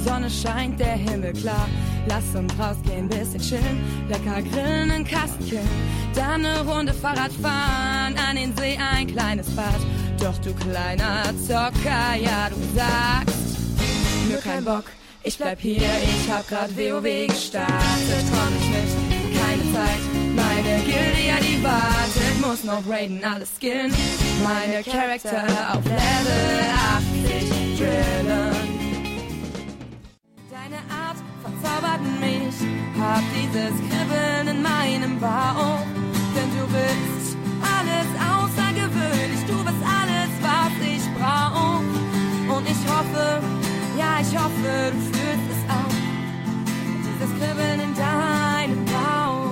Sonne scheint, der Himmel klar. Lass uns rausgehen, bisschen chillen, lecker grillen, einen Kasten killen. Dann eine Runde Fahrrad fahren, an den See ein kleines Bad. Doch du kleiner Zocker, ja du sagst, nur kein Bock, ich bleib hier, ich hab grad WoW gestartet. Komm ich mit, keine Zeit, meine Gilde, ja die wartet. Muss noch raiden, alles skillen, meine Charakter auf Level 80 drillen. Deine Art verzaubert mich, hab dieses Kribbeln in meinem Bauch. Denn du bist alles außergewöhnlich, du bist alles, was ich brauch. Und ich hoffe, ja ich hoffe, du fühlst es auch, dieses Kribbeln in deinem Bauch.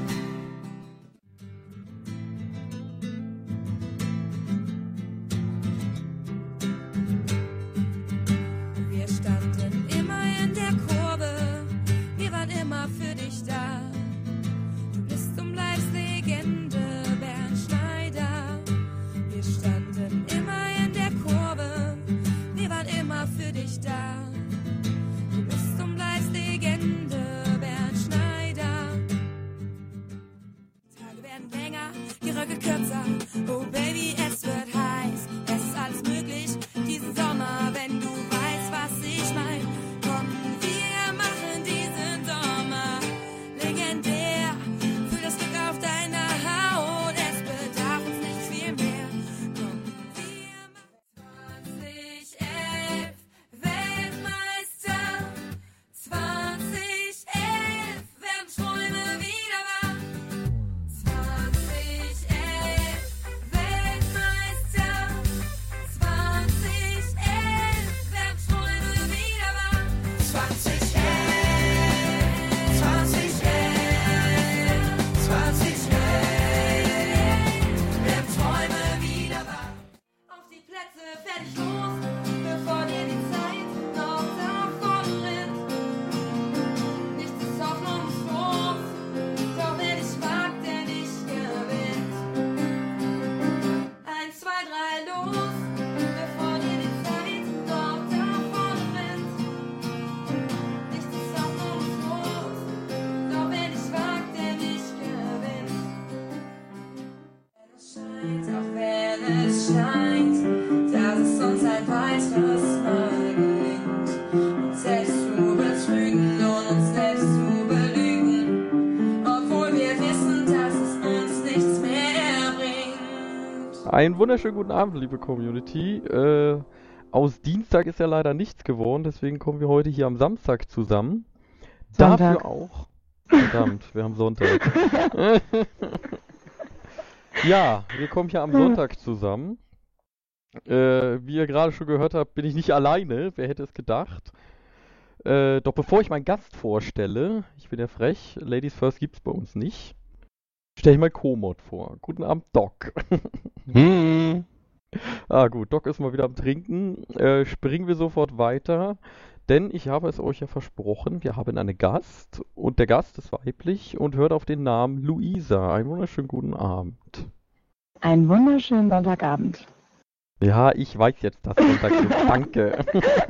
Wir standen immer in der Kurve, wir waren immer für dich da. Du bist und bleibst Legende, Bernd Schneider. Wir standen immer in der Kurve, wir waren immer für dich da. Du bist und bleibst Legende, Bernd Schneider. Tage werden länger, die Röcke kürzer. Oh Baby, es wird heiß, es ist alles möglich diesen Sommer, wenn du weißt, was ich mein. Komm, wir machen diesen Sommer legendär. Fühl das Glück auf deiner Haut, es bedarf uns nicht viel mehr. Komm, wir machen 2011 Weltmeister. 2011 werden Träume wieder wahr. 2011 Weltmeister. 2011 werden Träume wieder wahr. 2011, 2011 werden Träume wieder wahr. Auf die Plätze, fertig los, bevor dir die Zeit noch davon rennt. Nichts ist hoffnungslos, doch wer dich mag, der dich gewinnt. 1, 2, 3, los, bevor dir die Zeit noch davon rennt. Nichts ist hoffnungslos, doch wer dich mag, der dich gewinnt. Auch wenn es scheint, dass es uns ein weiteres Mal gelingt, uns selbst zu betrügen und uns selbst zu belügen, obwohl wir wissen, dass es uns nichts mehr bringt. Einen wunderschönen guten Abend, liebe Community. Aus Dienstag ist ja leider nichts geworden, deswegen kommen wir heute hier am Samstag zusammen. Sonntag. Dafür auch. Verdammt, wir haben Sonntag. Ja, wir kommen hier am Sonntag zusammen. Wie ihr gerade schon gehört habt, bin ich nicht alleine. Wer hätte es gedacht? Doch bevor ich meinen Gast vorstelle, ich bin ja frech, Ladies First gibt's bei uns nicht, stelle ich mal Komod vor. Guten Abend, Doc. Ah gut, Doc ist mal wieder am Trinken. Springen wir sofort weiter, denn ich habe es euch ja versprochen, wir haben einen Gast und der Gast ist weiblich und hört auf den Namen Luisa. Einen wunderschönen guten Abend. Einen wunderschönen Sonntagabend. Ja, ich weiß jetzt, dass Sonntag ist. Danke.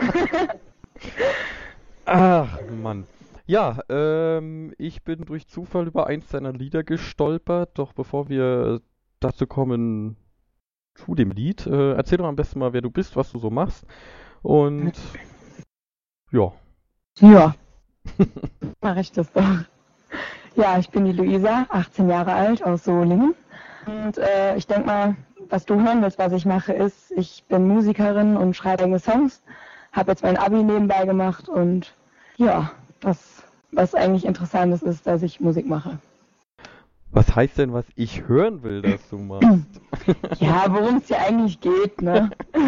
Ach, Mann. Ja, ich bin durch Zufall über eins deiner Lieder gestolpert, doch bevor wir dazu kommen, zu dem Lied, erzähl doch am besten mal, wer du bist, was du so machst und ja. Ja, mache ich das doch. Ja, ich bin die Luisa, 18 Jahre alt, aus Solingen. Und ich denke mal, was du hören willst, was ich mache, ist, ich bin Musikerin und schreibe eigene Songs, habe jetzt mein Abi nebenbei gemacht und ja, was eigentlich Interessantes ist, dass ich Musik mache. Was heißt denn, was ich hören will, dass du machst? Ja, worum es hier eigentlich geht, ne?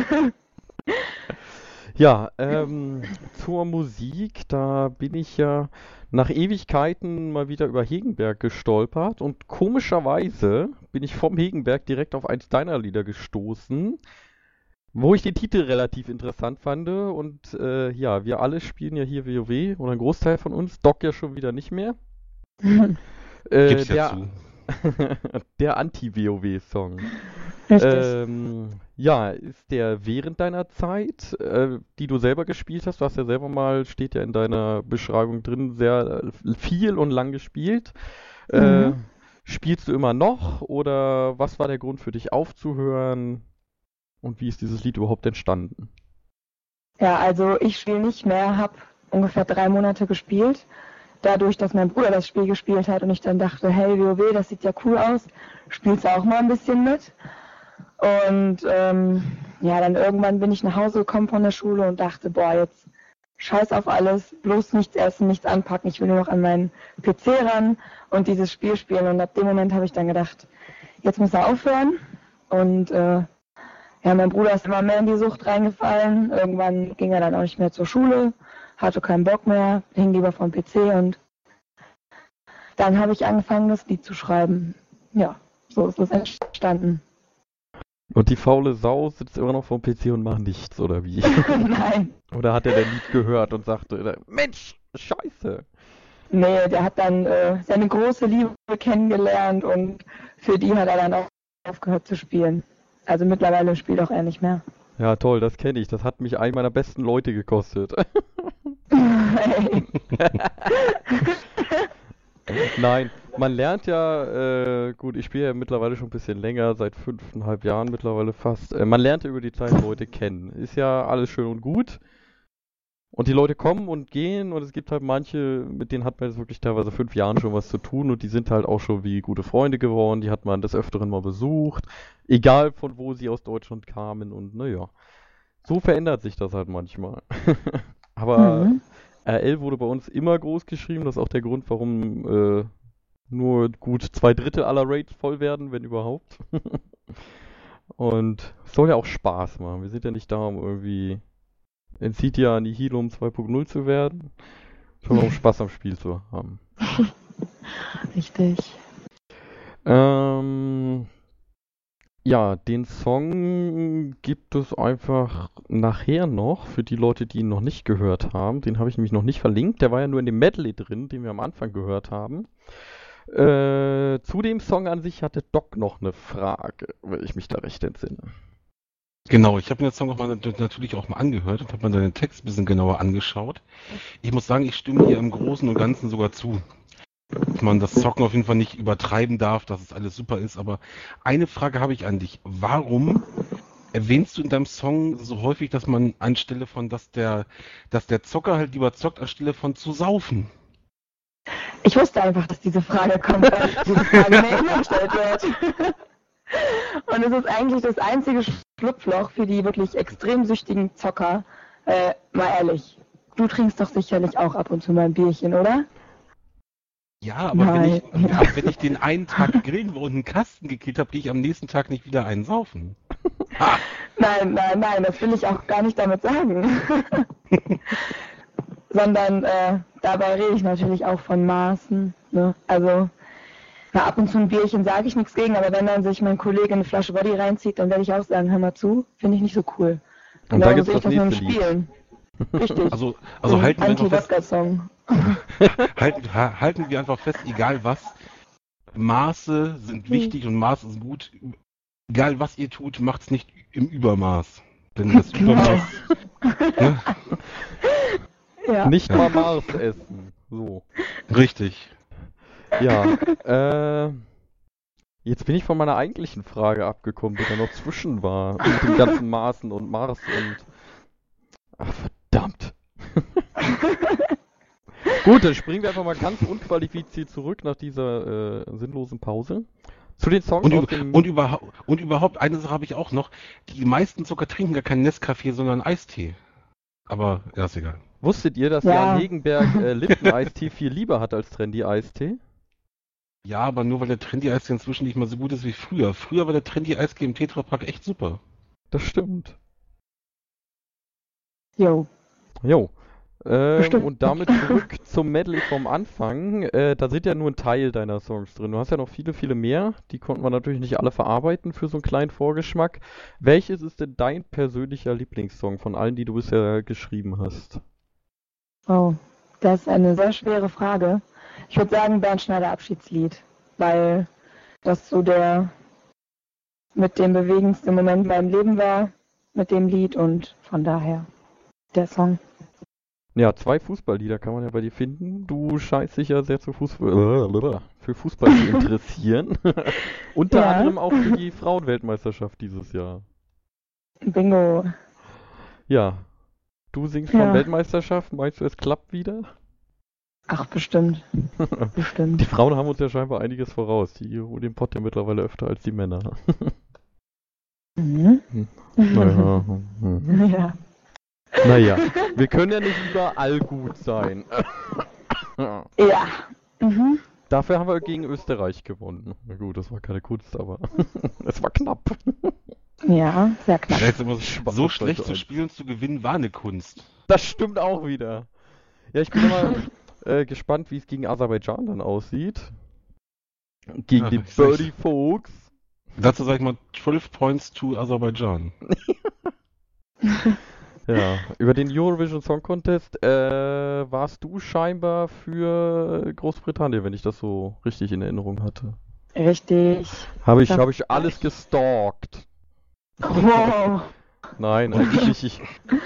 Ja, zur Musik, da bin ich ja nach Ewigkeiten mal wieder über Hegenberg gestolpert und komischerweise bin ich vom Hegenberg direkt auf eins deiner Lieder gestoßen, wo ich den Titel relativ interessant fand und ja, wir alle spielen ja hier WoW oder ein Großteil von uns, Doc ja schon wieder nicht mehr. Gib's ja zu. Der Anti-WoW-Song. Richtig. Ja, ist der während deiner Zeit, die du selber gespielt hast, du hast ja selber mal, steht ja in deiner Beschreibung drin, sehr viel und lang gespielt. Äh, Mhm. Spielst du immer noch oder was war der Grund für dich aufzuhören und wie ist dieses Lied überhaupt entstanden? Ja, also ich spiele nicht mehr, habe ungefähr 3 Monate gespielt. Dadurch, dass mein Bruder das Spiel gespielt hat und ich dann dachte, hey, WoW, das sieht ja cool aus, spielst du auch mal ein bisschen mit? Und ja, dann irgendwann bin ich nach Hause gekommen von der Schule und dachte, boah, jetzt scheiß auf alles, bloß nichts essen, nichts anpacken, ich will nur noch an meinen PC ran und dieses Spiel spielen. Und ab dem Moment habe ich dann gedacht, jetzt muss er aufhören. Und ja, mein Bruder ist immer mehr in die Sucht reingefallen. Irgendwann ging er dann auch nicht mehr zur Schule, hatte keinen Bock mehr, hing lieber vom PC und dann habe ich angefangen, das Lied zu schreiben. Ja, so ist es entstanden. Und die faule Sau sitzt immer noch vorm PC und macht nichts, oder wie? Nein, Oder hat er dein Lied gehört und sagte, Mensch, Scheiße. nee, der hat dann seine große Liebe kennengelernt und für die hat er dann auch aufgehört zu spielen. Also mittlerweile spielt auch er nicht mehr. Ja, toll, das kenne ich. Das hat mich einen meiner besten Leute gekostet. Hey. Nein, man lernt ja, gut, ich spiele ja mittlerweile schon ein bisschen länger, seit 5,5 Jahren mittlerweile fast. Man lernt ja über die Zeit Leute kennen. Ist ja alles schön und gut. Und die Leute kommen und gehen und es gibt halt manche, mit denen hat man jetzt wirklich teilweise 5 Jahren schon was zu tun und die sind halt auch schon wie gute Freunde geworden. Die hat man des Öfteren mal besucht, egal von wo sie aus Deutschland kamen und naja, so verändert sich das halt manchmal. Aber Mhm. RL wurde bei uns immer groß geschrieben. Das ist auch der Grund, warum nur gut 2/3 aller Raids voll werden, wenn überhaupt. Und es soll ja auch Spaß machen. Wir sind ja nicht da, um irgendwie Encidia Nihilum 2.0 zu werden, sondern um Spaß am Spiel zu haben. Richtig. Ähm, ja, den Song gibt es einfach nachher noch, für die Leute, die ihn noch nicht gehört haben. Den habe ich nämlich noch nicht verlinkt. Der war ja nur in dem Medley drin, den wir am Anfang gehört haben. Zu dem Song an sich hatte Doc noch eine Frage, wenn ich mich da recht entsinne. Genau, ich habe mir den Song natürlich auch mal angehört und habe mir deinen Text ein bisschen genauer angeschaut. Ich muss sagen, ich stimme hier im Großen und Ganzen sogar zu. Dass man das Zocken auf jeden Fall nicht übertreiben darf, dass es alles super ist. Aber eine Frage habe ich an dich. Warum erwähnst du in deinem Song so häufig, dass man anstelle von, dass der Zocker halt lieber zockt, anstelle von zu saufen? Ich wusste einfach, dass diese Frage kommt, weil diese Frage mir immer gestellt wird. Und es ist eigentlich das einzige Schlupfloch für die wirklich extrem süchtigen Zocker. Mal ehrlich, du trinkst doch sicherlich auch ab und zu mal ein Bierchen, oder? Ja, aber Nein. wenn ich den einen Tag grillen war und einen Kasten gekillt habe, gehe ich am nächsten Tag nicht wieder einen saufen. Ha! Nein, das will ich auch gar nicht damit sagen. Sondern dabei rede ich natürlich auch von Maßen. Ne? Also na, ab und zu ein Bierchen sage ich nichts gegen, aber wenn dann sich mein Kollege eine Flasche Body reinzieht, dann werde ich auch sagen, hör mal zu, finde ich nicht so cool. Und da Genauso gibt's sehe ich das das mit dem nächste Lied. Spielen. Richtig. Also So ein halten wir einfach fest, Anti-Wodka-Song. halten wir einfach fest, egal was, Maße sind wichtig und Maß ist gut. Egal was ihr tut, macht's nicht im Übermaß. Denn das Übermaß, ne? Ja. Nicht mal Mars essen. So. Richtig. Ja, jetzt bin ich von meiner eigentlichen Frage abgekommen, die da noch zwischen war. Mit den ganzen Maßen und Mars und. Ach, verdammt. Gut, dann springen wir einfach mal ganz unqualifiziert zurück nach dieser sinnlosen Pause. Zu den Songs aus dem. Und überhaupt, eine Sache habe ich auch noch. Die meisten Zucker trinken gar keinen Nescafé, sondern Eistee. Aber ja, ist egal. Wusstet ihr, dass Ja. Jan Hegenberg Lipton-Eistee viel lieber hat als Trendy-Eistee? Ja, aber nur weil der Trendy-Eistee inzwischen nicht mehr so gut ist wie früher. Früher war der Trendy-Eistee im Tetrapack echt super. Das stimmt. Jo. Jo. Bestimmt. Und damit zurück zum Medley vom Anfang. Da sind ja nur ein Teil deiner Songs drin. Du hast ja noch viele, viele mehr. Die konnten wir natürlich nicht alle verarbeiten für so einen kleinen Vorgeschmack. Welches ist denn dein persönlicher Lieblingssong von allen, die du bisher geschrieben hast? Oh, das ist eine sehr schwere Frage. Ich würde sagen Bernd Schneider Abschiedslied, weil das so der mit dem bewegendsten Moment in meinem Leben war, mit dem Lied und von daher der Song. Ja, 2 Fußballlieder kann man ja bei dir finden. Du scheinst dich ja sehr für Fußball zu interessieren. Unter anderem auch für die Frauenweltmeisterschaft dieses Jahr. Bingo. Ja, du singst von Weltmeisterschaft. Meinst du, es klappt wieder? Ach, bestimmt. Bestimmt. Die Frauen haben uns ja scheinbar einiges voraus. Die holen den Pott ja mittlerweile öfter als die Männer. Mhm. Naja. Ja. Naja, wir können ja nicht überall gut sein. Ja. Mhm. Dafür haben wir gegen Österreich gewonnen. Na gut, das war keine Kunst, aber es war knapp. Ja, sehr knapp. Das heißt immer, so schlecht zu spielen, zu gewinnen, war eine Kunst. Das stimmt auch wieder. Ja, ich bin immer gespannt, wie es gegen Aserbaidschan dann aussieht. Gegen die Birdie Folks. Dazu sag ich mal 12 Points to Aserbaidschan. Ja, über den Eurovision Song Contest warst du scheinbar für Großbritannien, wenn ich das so richtig in Erinnerung hatte. Richtig. Habe ich alles gestalkt. Wow. Nein, eigentlich nicht.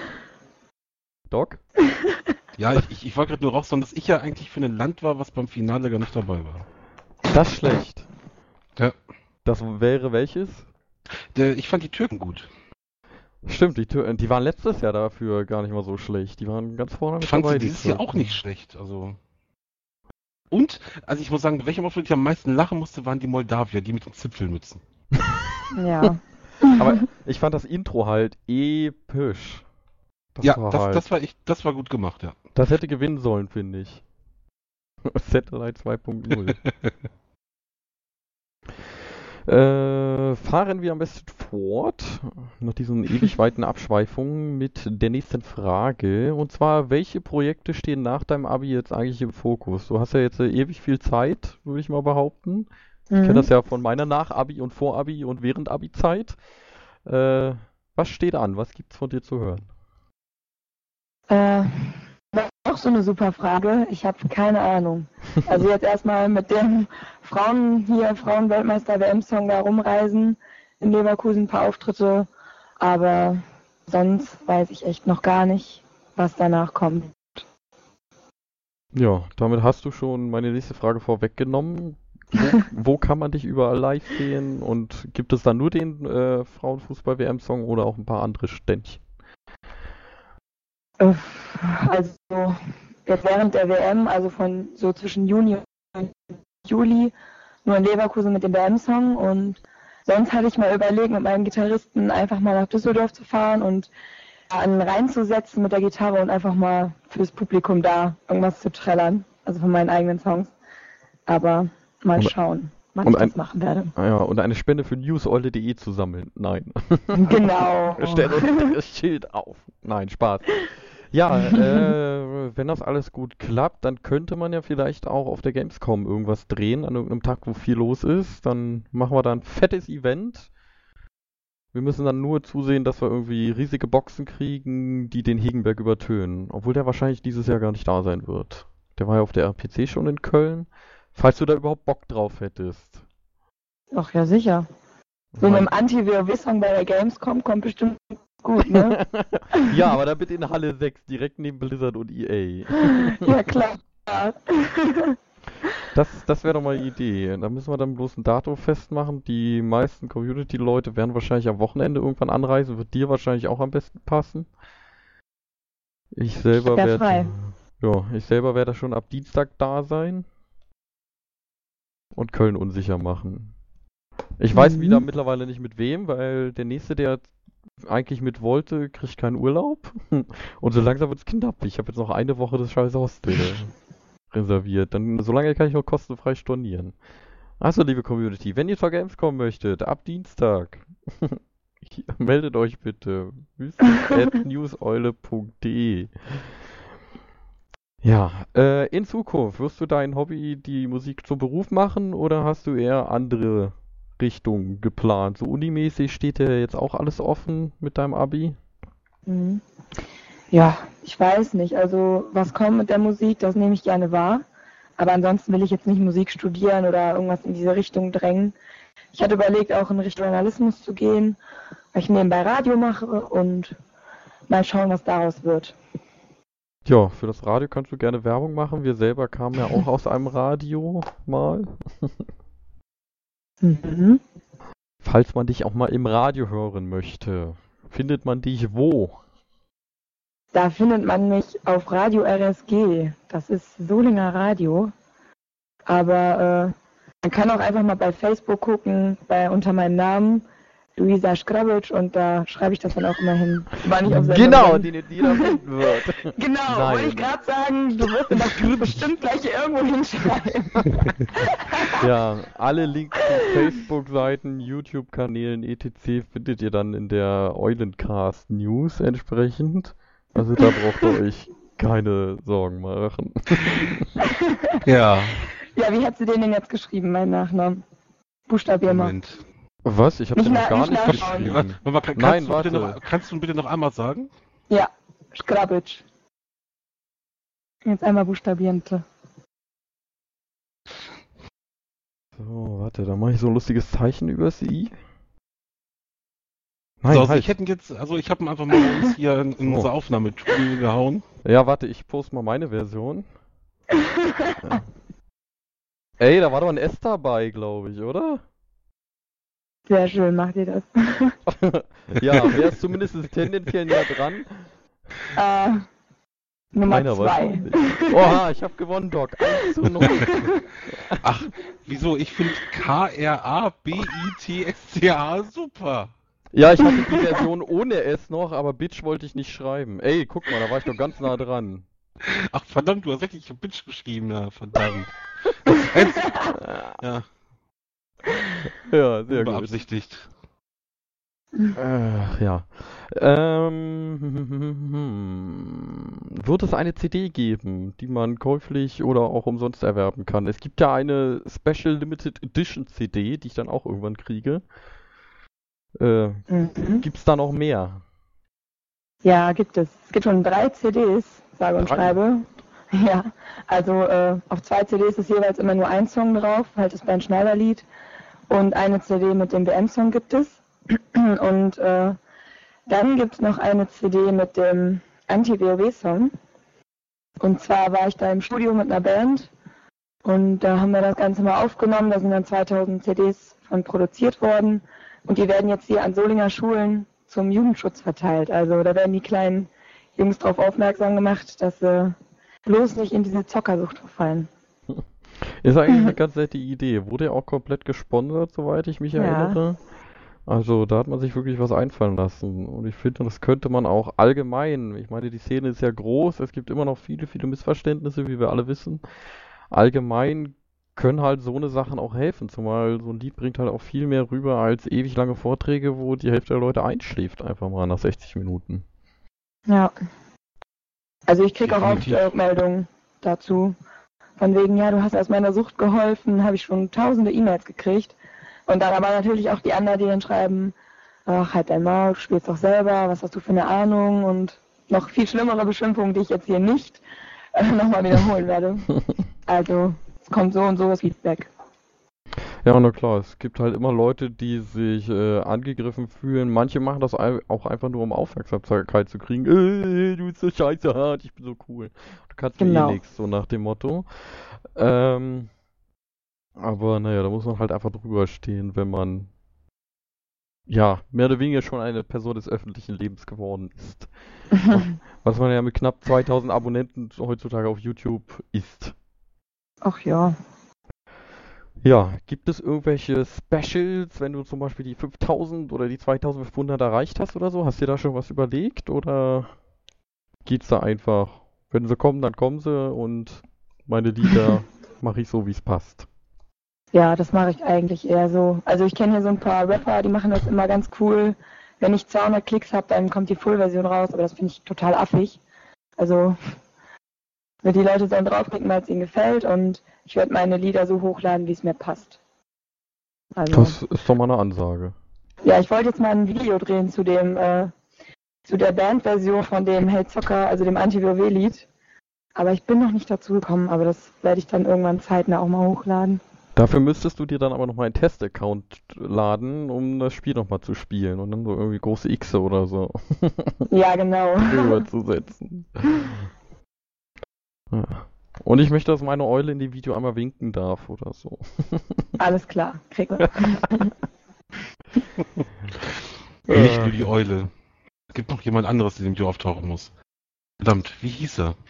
Doc? Ja, ich wollte gerade nur raushauen, dass ich ja eigentlich für ein Land war, was beim Finale gar nicht dabei war. Das ist schlecht. Ja. Das wäre welches? Ich fand die Türken gut. Stimmt, die waren letztes Jahr dafür gar nicht mal so schlecht. Die waren ganz vorne mit Ich fand dabei. sie dieses Jahr auch nicht schlecht. Also ich muss sagen, welcher Auftritt ich am meisten lachen musste, waren die Moldawier, die mit den Zipfelmützen. Ja. Aber ich fand das Intro halt episch. Das war gut gemacht, ja. Das hätte gewinnen sollen, finde ich. Satellite 2.0. Fahren wir am besten fort, nach diesen ewig weiten Abschweifungen, mit der nächsten Frage. Und zwar, welche Projekte stehen nach deinem Abi jetzt eigentlich im Fokus? Du hast ja jetzt ewig viel Zeit, würde ich mal behaupten. Ich kenne das ja von meiner Nach-Abi- und Vor-Abi- und Während-Abi-Zeit. Was steht an? Was gibt's von dir zu hören? Auch so eine super Frage. Ich habe keine Ahnung. Also jetzt erstmal mit dem Frauenweltmeister-WM-Song da rumreisen, in Leverkusen ein paar Auftritte, aber sonst weiß ich echt noch gar nicht, was danach kommt. Ja, damit hast du schon meine nächste Frage vorweggenommen. Wo kann man dich überall live sehen und gibt es da nur den Frauenfußball-WM-Song oder auch ein paar andere Ständchen? Also jetzt während der WM, also von so zwischen Juni und Juli, nur in Leverkusen mit dem WM-Song und sonst hatte ich mal überlegt, mit meinem Gitarristen einfach mal nach Düsseldorf zu fahren und an reinzusetzen mit der Gitarre und einfach mal fürs Publikum da irgendwas zu trällern, also von meinen eigenen Songs. Aber mal schauen, wann ich das machen werde. Ja, und eine Spende für newseule.de zu sammeln. Nein. Genau. Stellt uns das Schild auf. Nein, Spaß. Ja, wenn das alles gut klappt, dann könnte man ja vielleicht auch auf der Gamescom irgendwas drehen, an irgendeinem Tag, wo viel los ist. Dann machen wir da ein fettes Event. Wir müssen dann nur zusehen, dass wir irgendwie riesige Boxen kriegen, die den Hegenberg übertönen. Obwohl der wahrscheinlich dieses Jahr gar nicht da sein wird. Der war ja auf der RPC schon in Köln. Falls du da überhaupt Bock drauf hättest. Ach ja, sicher. So mit einem Anti-WoW-Song bei der Gamescom kommt bestimmt gut, ne? Ja, aber da bitte in Halle 6, direkt neben Blizzard und EA. Ja, klar. Das wäre doch mal eine Idee. Da müssen wir dann bloß ein Datum festmachen. Die meisten Community-Leute werden wahrscheinlich am Wochenende irgendwann anreisen. Wird dir wahrscheinlich auch am besten passen. Ich selber werde schon ab Dienstag da sein. Und Köln unsicher machen. Ich weiß wieder mittlerweile nicht mit wem, weil der nächste, der eigentlich mit wollte, kriegt keinen Urlaub. Und so langsam wird es knapp. Ich habe jetzt noch eine Woche das scheiß Hostel reserviert. Dann, solange kann ich noch kostenfrei stornieren. Achso, liebe Community, wenn ihr zur Gamescom möchtet, ab Dienstag, meldet euch bitte. newseule.de. Ja, in Zukunft, wirst du dein Hobby, die Musik zum Beruf machen oder hast du eher andere Richtungen geplant? So unimäßig steht dir jetzt auch alles offen mit deinem Abi? Ja, ich weiß nicht. Also was kommt mit der Musik, das nehme ich gerne wahr. Aber ansonsten will ich jetzt nicht Musik studieren oder irgendwas in diese Richtung drängen. Ich hatte überlegt, auch in Richtung Journalismus zu gehen, weil ich nebenbei Radio mache und mal schauen, was daraus wird. Ja, für das Radio kannst du gerne Werbung machen. Wir selber kamen ja auch aus einem Radio mal. Mhm. Falls man dich auch mal im Radio hören möchte, findet man dich wo? Da findet man mich auf Radio RSG. Das ist Solinger Radio. Aber man kann auch einfach mal bei Facebook gucken, unter meinem Namen, Luisa Schkrabic, und da schreibe ich das dann auch immer hin. War nicht auf Sendung. Genau, den jeder finden wird. Genau, Nein. wollte ich gerade sagen, du wirst das bestimmt gleich irgendwo hinschreiben. Ja, alle Links zu Facebook-Seiten, YouTube-Kanälen, etc. findet ihr dann in der Eulencast News entsprechend. Also da braucht ihr euch keine Sorgen machen. Ja. Ja, wie hat sie den denn jetzt geschrieben, mein Nachnamen? Buchstabier mal. Moment. Was? Ich habe den noch gar nicht nachschauen. geschrieben. Nein, warte. Kannst du bitte noch einmal sagen? Ja, Schkrabic. Jetzt einmal buchstabieren, bitte. So, warte, da mache ich so ein lustiges Zeichen über sie. Nein, So, also halt. ich habe ihn einfach mal bei uns hier in unser Aufnahmetool gehauen. Ja, warte, ich poste mal meine Version. Ja. Ey, da war doch ein S dabei, glaube ich, oder? Sehr schön, macht ihr das. Ja, wer ist zumindest tendenziell näher dran? Nummer Meiner 2. wahrscheinlich. Oha, ich habe gewonnen, Doc. 1:0. Ach, wieso? Ich finde KRABITSCH super. Ja, ich hatte die Version ohne S noch, aber Bitch wollte ich nicht schreiben. Ey, guck mal, da war ich doch ganz nah dran. Ach, verdammt, du hast richtig Bitch geschrieben, ja, verdammt. Das heißt, ja, Ja, sehr gut. beabsichtigt. Ja. Wird es eine CD geben, die man käuflich oder auch umsonst erwerben kann? Es gibt ja eine Special Limited Edition CD, die ich dann auch irgendwann kriege. Gibt's da noch mehr? Ja, gibt es. Es gibt schon 3 CDs, sage und 3? schreibe. Ja, also auf 2 CDs ist jeweils immer nur ein Song drauf, halt das Bernd Schneider Lied. Und eine CD mit dem WM-Song gibt es. Und dann gibt es noch eine CD mit dem Anti-WoW-Song. Und zwar war ich da im Studio mit einer Band und da haben wir das Ganze mal aufgenommen. Da sind dann 2000 CDs von produziert worden und die werden jetzt hier an Solinger Schulen zum Jugendschutz verteilt. Also da werden die kleinen Jungs darauf aufmerksam gemacht, dass sie bloß nicht in diese Zockersucht verfallen. Ist eigentlich eine ganz nette Idee. Wurde ja auch komplett gesponsert, soweit ich mich erinnere. Also da hat man sich wirklich was einfallen lassen. Und ich finde, das könnte man auch allgemein. Ich meine, die Szene ist ja groß. Es gibt immer noch viele, viele Missverständnisse, wie wir alle wissen. Allgemein können halt so eine Sachen auch helfen. Zumal so ein Lied bringt halt auch viel mehr rüber als ewig lange Vorträge, wo die Hälfte der Leute einschläft einfach mal nach 60 Minuten. Ja. Also ich kriege auch oft Definitiv. Rückmeldungen dazu. Von wegen, ja, du hast aus meiner Sucht geholfen, habe ich schon tausende E-Mails gekriegt. Und dann aber natürlich auch die anderen, die dann schreiben, ach, halt dein Maul, du spielst doch selber, was hast du für eine Ahnung? Und noch viel schlimmere Beschimpfungen, die ich jetzt hier nicht nochmal wiederholen werde. Also, es kommt so und so das Feedback. Ja, na klar, es gibt halt immer Leute, die sich angegriffen fühlen. Manche machen das auch einfach nur, um Aufmerksamkeit zu kriegen. Du bist so scheiße hart, ich bin so cool. Du kannst mir eh nichts, so nach dem Motto. Aber naja, da muss man halt einfach drüber stehen, wenn man ja mehr oder weniger schon eine Person des öffentlichen Lebens geworden ist. Was man ja mit knapp 2000 Abonnenten heutzutage auf YouTube ist. Ach ja. Ja, gibt es irgendwelche Specials, wenn du zum Beispiel die 5000 oder die 2500 erreicht hast oder so? Hast du dir da schon was überlegt oder geht's da einfach, wenn sie kommen, dann kommen sie und meine Lieder mache ich so, wie es passt? Ja, das mache ich eigentlich eher so. Also ich kenne hier so ein paar Rapper, die machen das immer ganz cool. Wenn ich 200 Klicks habe, dann kommt die Full-Version raus, aber das finde ich total affig. Also wenn die Leute sollen draufklicken, weil es ihnen gefällt und ich werde meine Lieder so hochladen, wie es mir passt. Also, Das ist doch mal eine Ansage. ja, ich wollte jetzt mal ein Video drehen zu dem zu der Bandversion von dem Hey Zocker, also dem Anti-WoW-Lied. Aber ich bin noch nicht dazu gekommen, aber das werde ich dann irgendwann zeitnah auch mal hochladen. Dafür müsstest du dir dann aber nochmal einen Test-Account laden, um das Spiel nochmal zu spielen und dann so irgendwie große X oder so Ja, genau. rüberzusetzen. Ja. Und ich möchte, dass meine Eule in dem Video einmal winken darf oder so. Alles klar, krieg wir. Nicht nur die Eule. Es gibt noch jemand anderes, der in dem Video auftauchen muss. Verdammt, wie hieß er?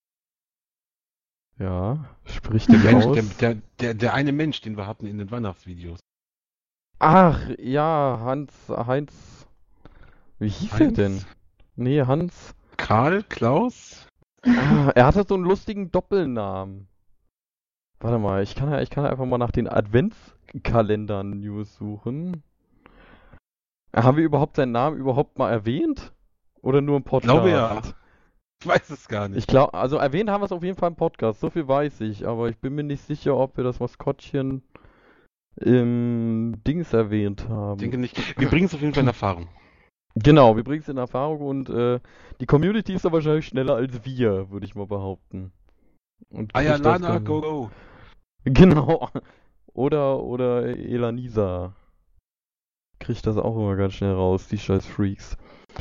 Ja, sprich den aus. Der eine Mensch, den wir hatten in den Weihnachtsvideos. Ach, ja, Heinz. Wie hieß er denn? Nee, Hans. Karl? Klaus? Er hatte so einen lustigen Doppelnamen. Warte mal, ich kann einfach mal nach den Adventskalender-News suchen. Haben wir überhaupt seinen Namen überhaupt mal erwähnt? Oder nur im Podcast? Ich glaube ja. Ich weiß es gar nicht. Ich glaube, also erwähnt haben wir es auf jeden Fall im Podcast, so viel weiß ich, aber ich bin mir nicht sicher, ob wir das Maskottchen im Dings erwähnt haben. Ich denke nicht. Wir bringen es auf jeden Fall in Erfahrung. Genau, wir bringen es in Erfahrung und die Community ist da wahrscheinlich schneller als wir, würde ich mal behaupten. Und kriegt das Ayalana, dann- go, go. Genau. Oder Elanisa. Kriegt das auch immer ganz schnell raus, die scheiß Freaks.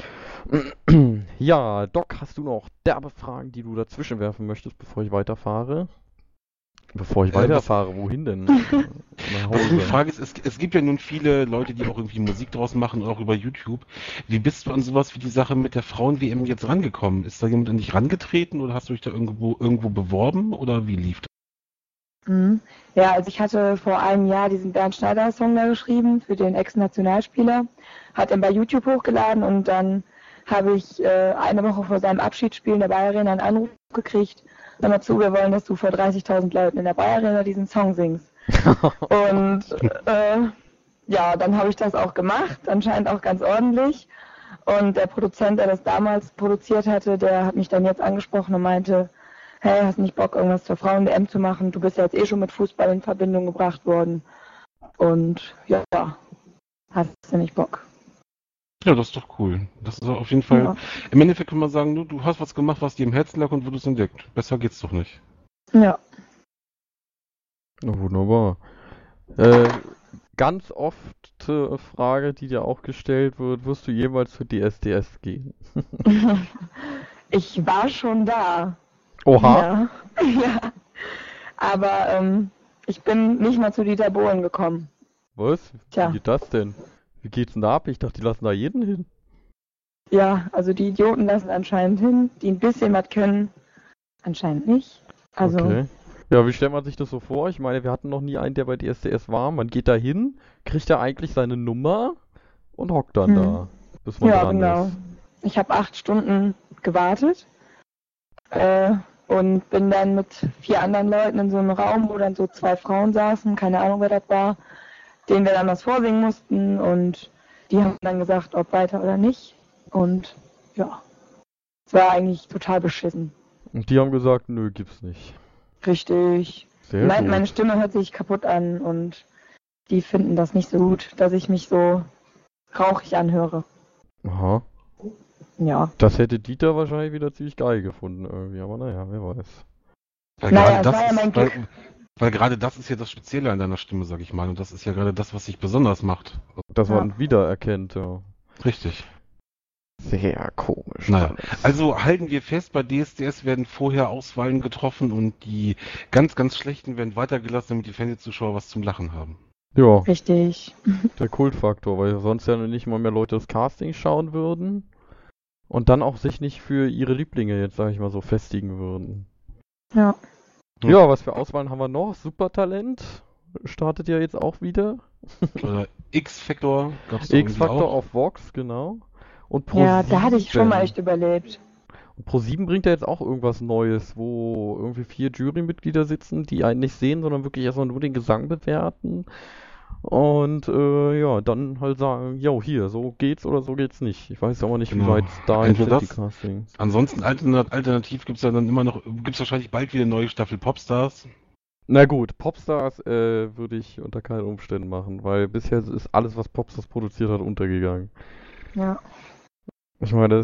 Ja, Doc, hast du noch derbe Fragen, die du dazwischen werfen möchtest, bevor ich weiterfahre? Bevor ich weiterfahre, wohin denn? Nach Was die Hause. Frage ist, es gibt ja nun viele Leute, die auch irgendwie Musik draus machen, auch über YouTube. Wie bist du an sowas wie die Sache mit der Frauen-WM jetzt rangekommen? Ist da jemand an dich rangetreten oder hast du dich da irgendwo beworben oder wie lief das? Mhm. Ja, also ich hatte vor einem Jahr diesen Bernd Schneider-Song da geschrieben für den Ex-Nationalspieler, hat ihn bei YouTube hochgeladen und dann habe ich eine Woche vor seinem Abschiedsspiel in der Bayer Arena einen Anruf gekriegt, hör mal zu, wir wollen, dass du vor 30.000 Leuten in der Bayer Arena diesen Song singst. Und ja, dann habe ich das auch gemacht, anscheinend auch ganz ordentlich. Und der Produzent, der das damals produziert hatte, der hat mich dann jetzt angesprochen und meinte, hey, hast nicht Bock, irgendwas zur Frauen-WM zu machen? Du bist ja jetzt eh schon mit Fußball in Verbindung gebracht worden. Und ja, hast du nicht Bock? Ja, das ist doch cool. Das ist auf jeden Fall. Ja. Im Endeffekt kann man sagen, du hast was gemacht, was dir im Herzen lag und wurdest entdeckt. Besser geht's doch nicht. Ja. Na, wunderbar. Ganz oft Frage, die dir auch gestellt wird, wirst du jemals für DSDS gehen? Ich war schon da. Oha. Ja. Ja. Aber ich bin nicht mal zu Dieter Bohlen gekommen. Was? Tja. Wie geht das denn? Wie geht's denn da ab? Ich dachte, die lassen da jeden hin. Ja, also die Idioten lassen anscheinend hin, die ein bisschen was können. Anscheinend nicht. Also, Okay. Ja, wie stellt man sich das so vor? Ich meine, wir hatten noch nie einen, der bei DSDS war. Man geht da hin, kriegt da eigentlich seine Nummer und hockt dann da, bis man ja, dran genau. ist. Ich habe 8 Stunden gewartet und bin dann mit 4 anderen Leuten in so einem Raum, wo dann so 2 Frauen saßen, keine Ahnung, wer das war, denen wir dann was vorsingen mussten und die haben dann gesagt, ob weiter oder nicht. Und ja, es war eigentlich total beschissen. Und die haben gesagt, nö, gibt's nicht. Richtig. Sehr gut. Meine Stimme hört sich kaputt an und die finden das nicht so gut, dass ich mich so rauchig anhöre. Aha. Ja. Das hätte Dieter wahrscheinlich wieder ziemlich geil gefunden irgendwie, aber naja, wer weiß. Weil Naja, gerade es war ja mein Glück. weil gerade das ist ja das Spezielle an deiner Stimme, sag ich mal. Und das ist ja gerade das, was dich besonders macht. Dass Ja. man wiedererkennt, ja. Richtig. Sehr komisch. Naja, alles. also halten wir fest, bei DSDS werden vorher Auswahlen getroffen und die ganz, ganz schlechten werden weitergelassen, damit die Fernsehzuschauer was zum Lachen haben. Ja, Richtig. der Kultfaktor, weil sonst ja nicht mal mehr Leute das Casting schauen würden und dann auch sich nicht für ihre Lieblinge jetzt, sag ich mal so, festigen würden. Ja. Hm. Ja, was für Auswahlen haben wir noch? Supertalent startet ja jetzt auch wieder. Oder X-Factor gab's da irgendwie X-Factor auch. auf Vox, genau. Und Ja, da hatte ich schon mal ProSieben. echt überlebt. Und ProSieben bringt ja jetzt auch irgendwas Neues, wo irgendwie 4 Jurymitglieder sitzen, die einen nicht sehen, sondern wirklich erstmal nur den Gesang bewerten. Und ja, dann halt sagen, jo, hier, so geht's oder so geht's nicht. Ich weiß aber nicht, wie Genau. weit da jetzt Entweder sind die Castings. Ansonsten alternativ gibt's ja dann immer noch, gibt's wahrscheinlich bald wieder eine neue Staffel Popstars. Na gut, Popstars würde ich unter keinen Umständen machen, weil bisher ist alles, was Popstars produziert hat, untergegangen. Ja. Ich meine,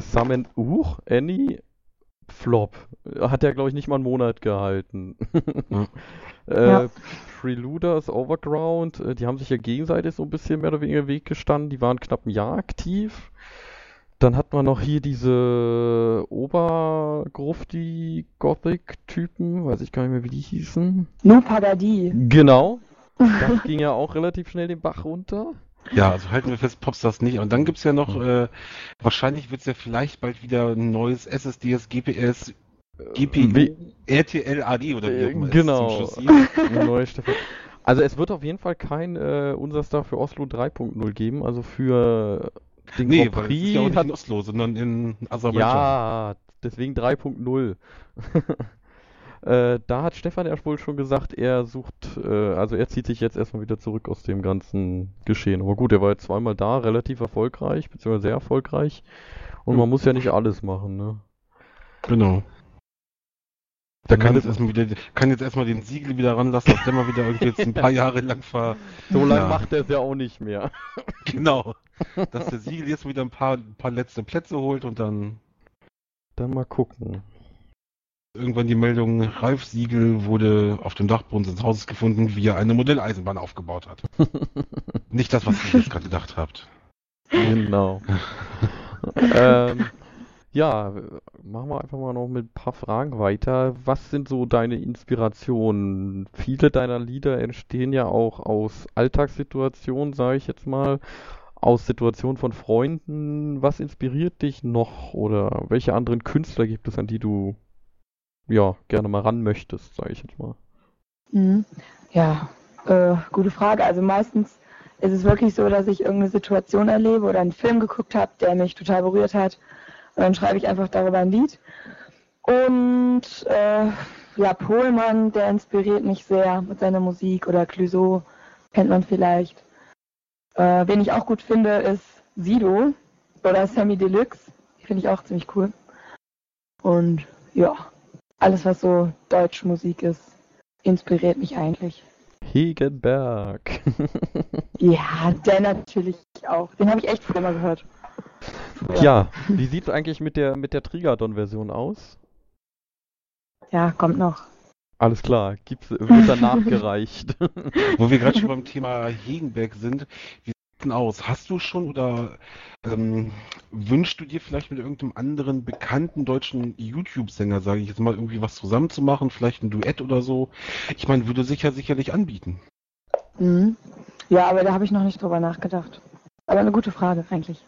Annie, Flop. Hat ja, glaube ich, nicht mal einen Monat gehalten. Ja. Ja. Preluders, Overground, die haben sich ja gegenseitig so ein bisschen mehr oder weniger im Weg gestanden. Die waren knapp ein Jahr aktiv. Dann hat man noch hier diese Obergrufti-Gothic-Typen, weiß ich gar nicht mehr, wie die hießen. No Pagadi. Genau. Das ging ja auch relativ schnell den Bach runter. Ja, also halten wir fest, Popstars nicht. Und dann gibt's ja noch, wahrscheinlich wird's ja vielleicht bald wieder ein neues SSDS, GPS, GPU, RTL AD oder wie auch immer es Genau. zum Schluss hieß. Eine neue Staffel. Also es wird auf jeden Fall kein Unser Star für Oslo 3.0 geben. Also für den Nee, Grand weil es ist Prix ja auch nicht hat... in Oslo, sondern in Aserbaidschan. Ja, deswegen 3.0. Da hat Stefan ja wohl schon gesagt, er sucht, also er zieht sich jetzt erstmal wieder zurück aus dem ganzen Geschehen. Aber gut, er war jetzt zweimal da, relativ erfolgreich, beziehungsweise sehr erfolgreich. Und man muss ja nicht alles machen, ne? Genau. Der kann Ja, jetzt erstmal den Siegel wieder ranlassen, dass der mal wieder irgendwie jetzt ein paar Jahre lang so lange Ja. macht er es ja auch nicht mehr. Genau. Dass der Siegel jetzt wieder ein paar letzte Plätze holt und dann Dann mal gucken. irgendwann die Meldung, Ralf Siegel wurde auf dem Dachboden seines Hauses gefunden, wie er eine Modelleisenbahn aufgebaut hat. Nicht das, was ihr jetzt gerade gedacht habt. Genau. Ja, machen wir einfach mal noch mit ein paar Fragen weiter. Was sind so deine Inspirationen? Viele deiner Lieder entstehen ja auch aus Alltagssituationen, sage ich jetzt mal, aus Situationen von Freunden. Was inspiriert dich noch oder welche anderen Künstler gibt es, an die du ja gerne mal ran möchtest, sage ich jetzt mal? Ja, gute Frage. Also meistens ist es wirklich so, dass ich irgendeine Situation erlebe oder einen Film geguckt habe, der mich total berührt hat. Und dann schreibe ich einfach darüber ein Lied. Und ja, Pohlmann, der inspiriert mich sehr mit seiner Musik. Oder Clouseau, kennt man vielleicht. Wen ich auch gut finde, ist Sido oder Sammy Deluxe. Finde ich auch ziemlich cool. Und ja, alles was so deutsche Musik ist, inspiriert mich eigentlich. Hegenberg. Ja, der natürlich auch. Den habe ich echt früher mal gehört. Ja, wie sieht es eigentlich mit der Trigadon-Version aus? Ja, kommt noch. Alles klar, wird dann nachgereicht. Wo wir gerade schon beim Thema Hegenberg sind, wie sieht es denn aus? Hast du schon oder wünschst du dir vielleicht mit irgendeinem anderen bekannten deutschen YouTube-Sänger, sage ich jetzt mal, irgendwie was zusammen zu machen, vielleicht ein Duett oder so? Ich meine, würde sich ja sicherlich anbieten. Mhm. Ja, aber da habe ich noch nicht drüber nachgedacht. Aber eine gute Frage eigentlich.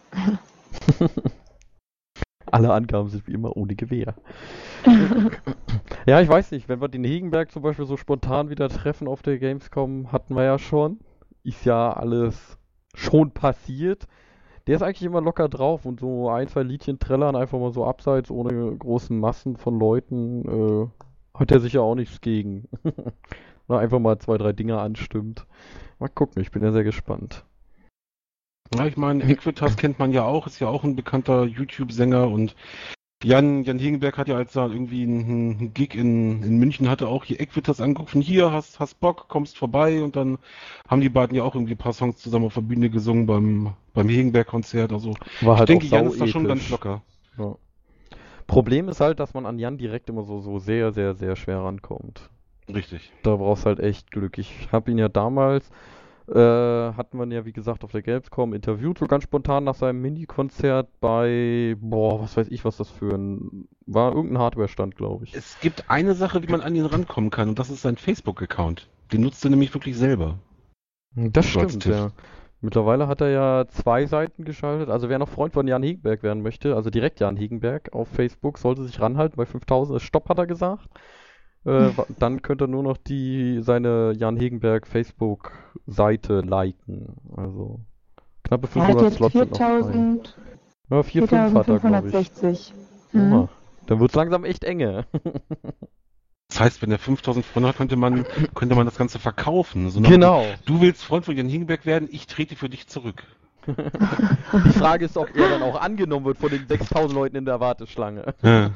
Alle Angaben sind wie immer ohne Gewähr. Ja, ich weiß nicht, wenn wir den Hegenberg zum Beispiel so spontan wieder treffen auf der Gamescom, hatten wir ja schon. Ist ja alles schon passiert. Der ist eigentlich immer locker drauf und so ein, zwei Liedchen trällern einfach mal so abseits, ohne großen Massen von Leuten, hat er sicher auch nichts gegen. Na, einfach mal 2, 3 Dinge anstimmt. Mal gucken, ich bin ja sehr gespannt. Ja, ich meine, Equitas kennt man ja auch, ist ja auch ein bekannter YouTube-Sänger und Jan Hegenberg hat ja, als er irgendwie einen Gig in München hatte, auch hier Equitas angerufen, hier, hast Bock, kommst vorbei und dann haben die beiden ja auch irgendwie ein paar Songs zusammen auf der Bühne gesungen beim Hegenberg-Konzert. Also War ich halt denke, auch Jan ist da schon sauepisch. ganz locker. Ja. Problem ist halt, dass man an Jan direkt immer so sehr, sehr, sehr schwer rankommt. Richtig. Da brauchst halt echt Glück. Ich habe ihn ja damals, hatten wir ihn ja wie gesagt auf der Gamescom interviewt, so ganz spontan nach seinem Mini-Konzert bei, was weiß ich, was das war irgendein Hardware-Stand, glaube ich. Es gibt eine Sache, wie man an ihn rankommen kann und das ist sein Facebook-Account. Den nutzt er nämlich wirklich selber. Das So als stimmt, Tipp. ja. Mittlerweile hat er ja 2 Seiten geschaltet. Also wer noch Freund von Jan Hegenberg werden möchte, also direkt Jan Hegenberg auf Facebook, sollte sich ranhalten. Bei 5000 ist Stopp, hat er gesagt. Dann könnt ihr nur noch seine Jan Hegenberg Facebook-Seite liken. Also knappe Er hat 500 jetzt Slots sind noch frei. 4000, Ja, 4, 5 hat er, glaube ich. 4560. Oha. Dann wird's langsam echt enge. Das heißt, wenn er 5000 Freunde hat, könnte man das Ganze verkaufen. So Genau. Du willst Freund von Jan Hegenberg werden, ich trete für dich zurück. Die Frage ist, ob er dann auch angenommen wird von den 6000 Leuten in der Warteschlange. Ja.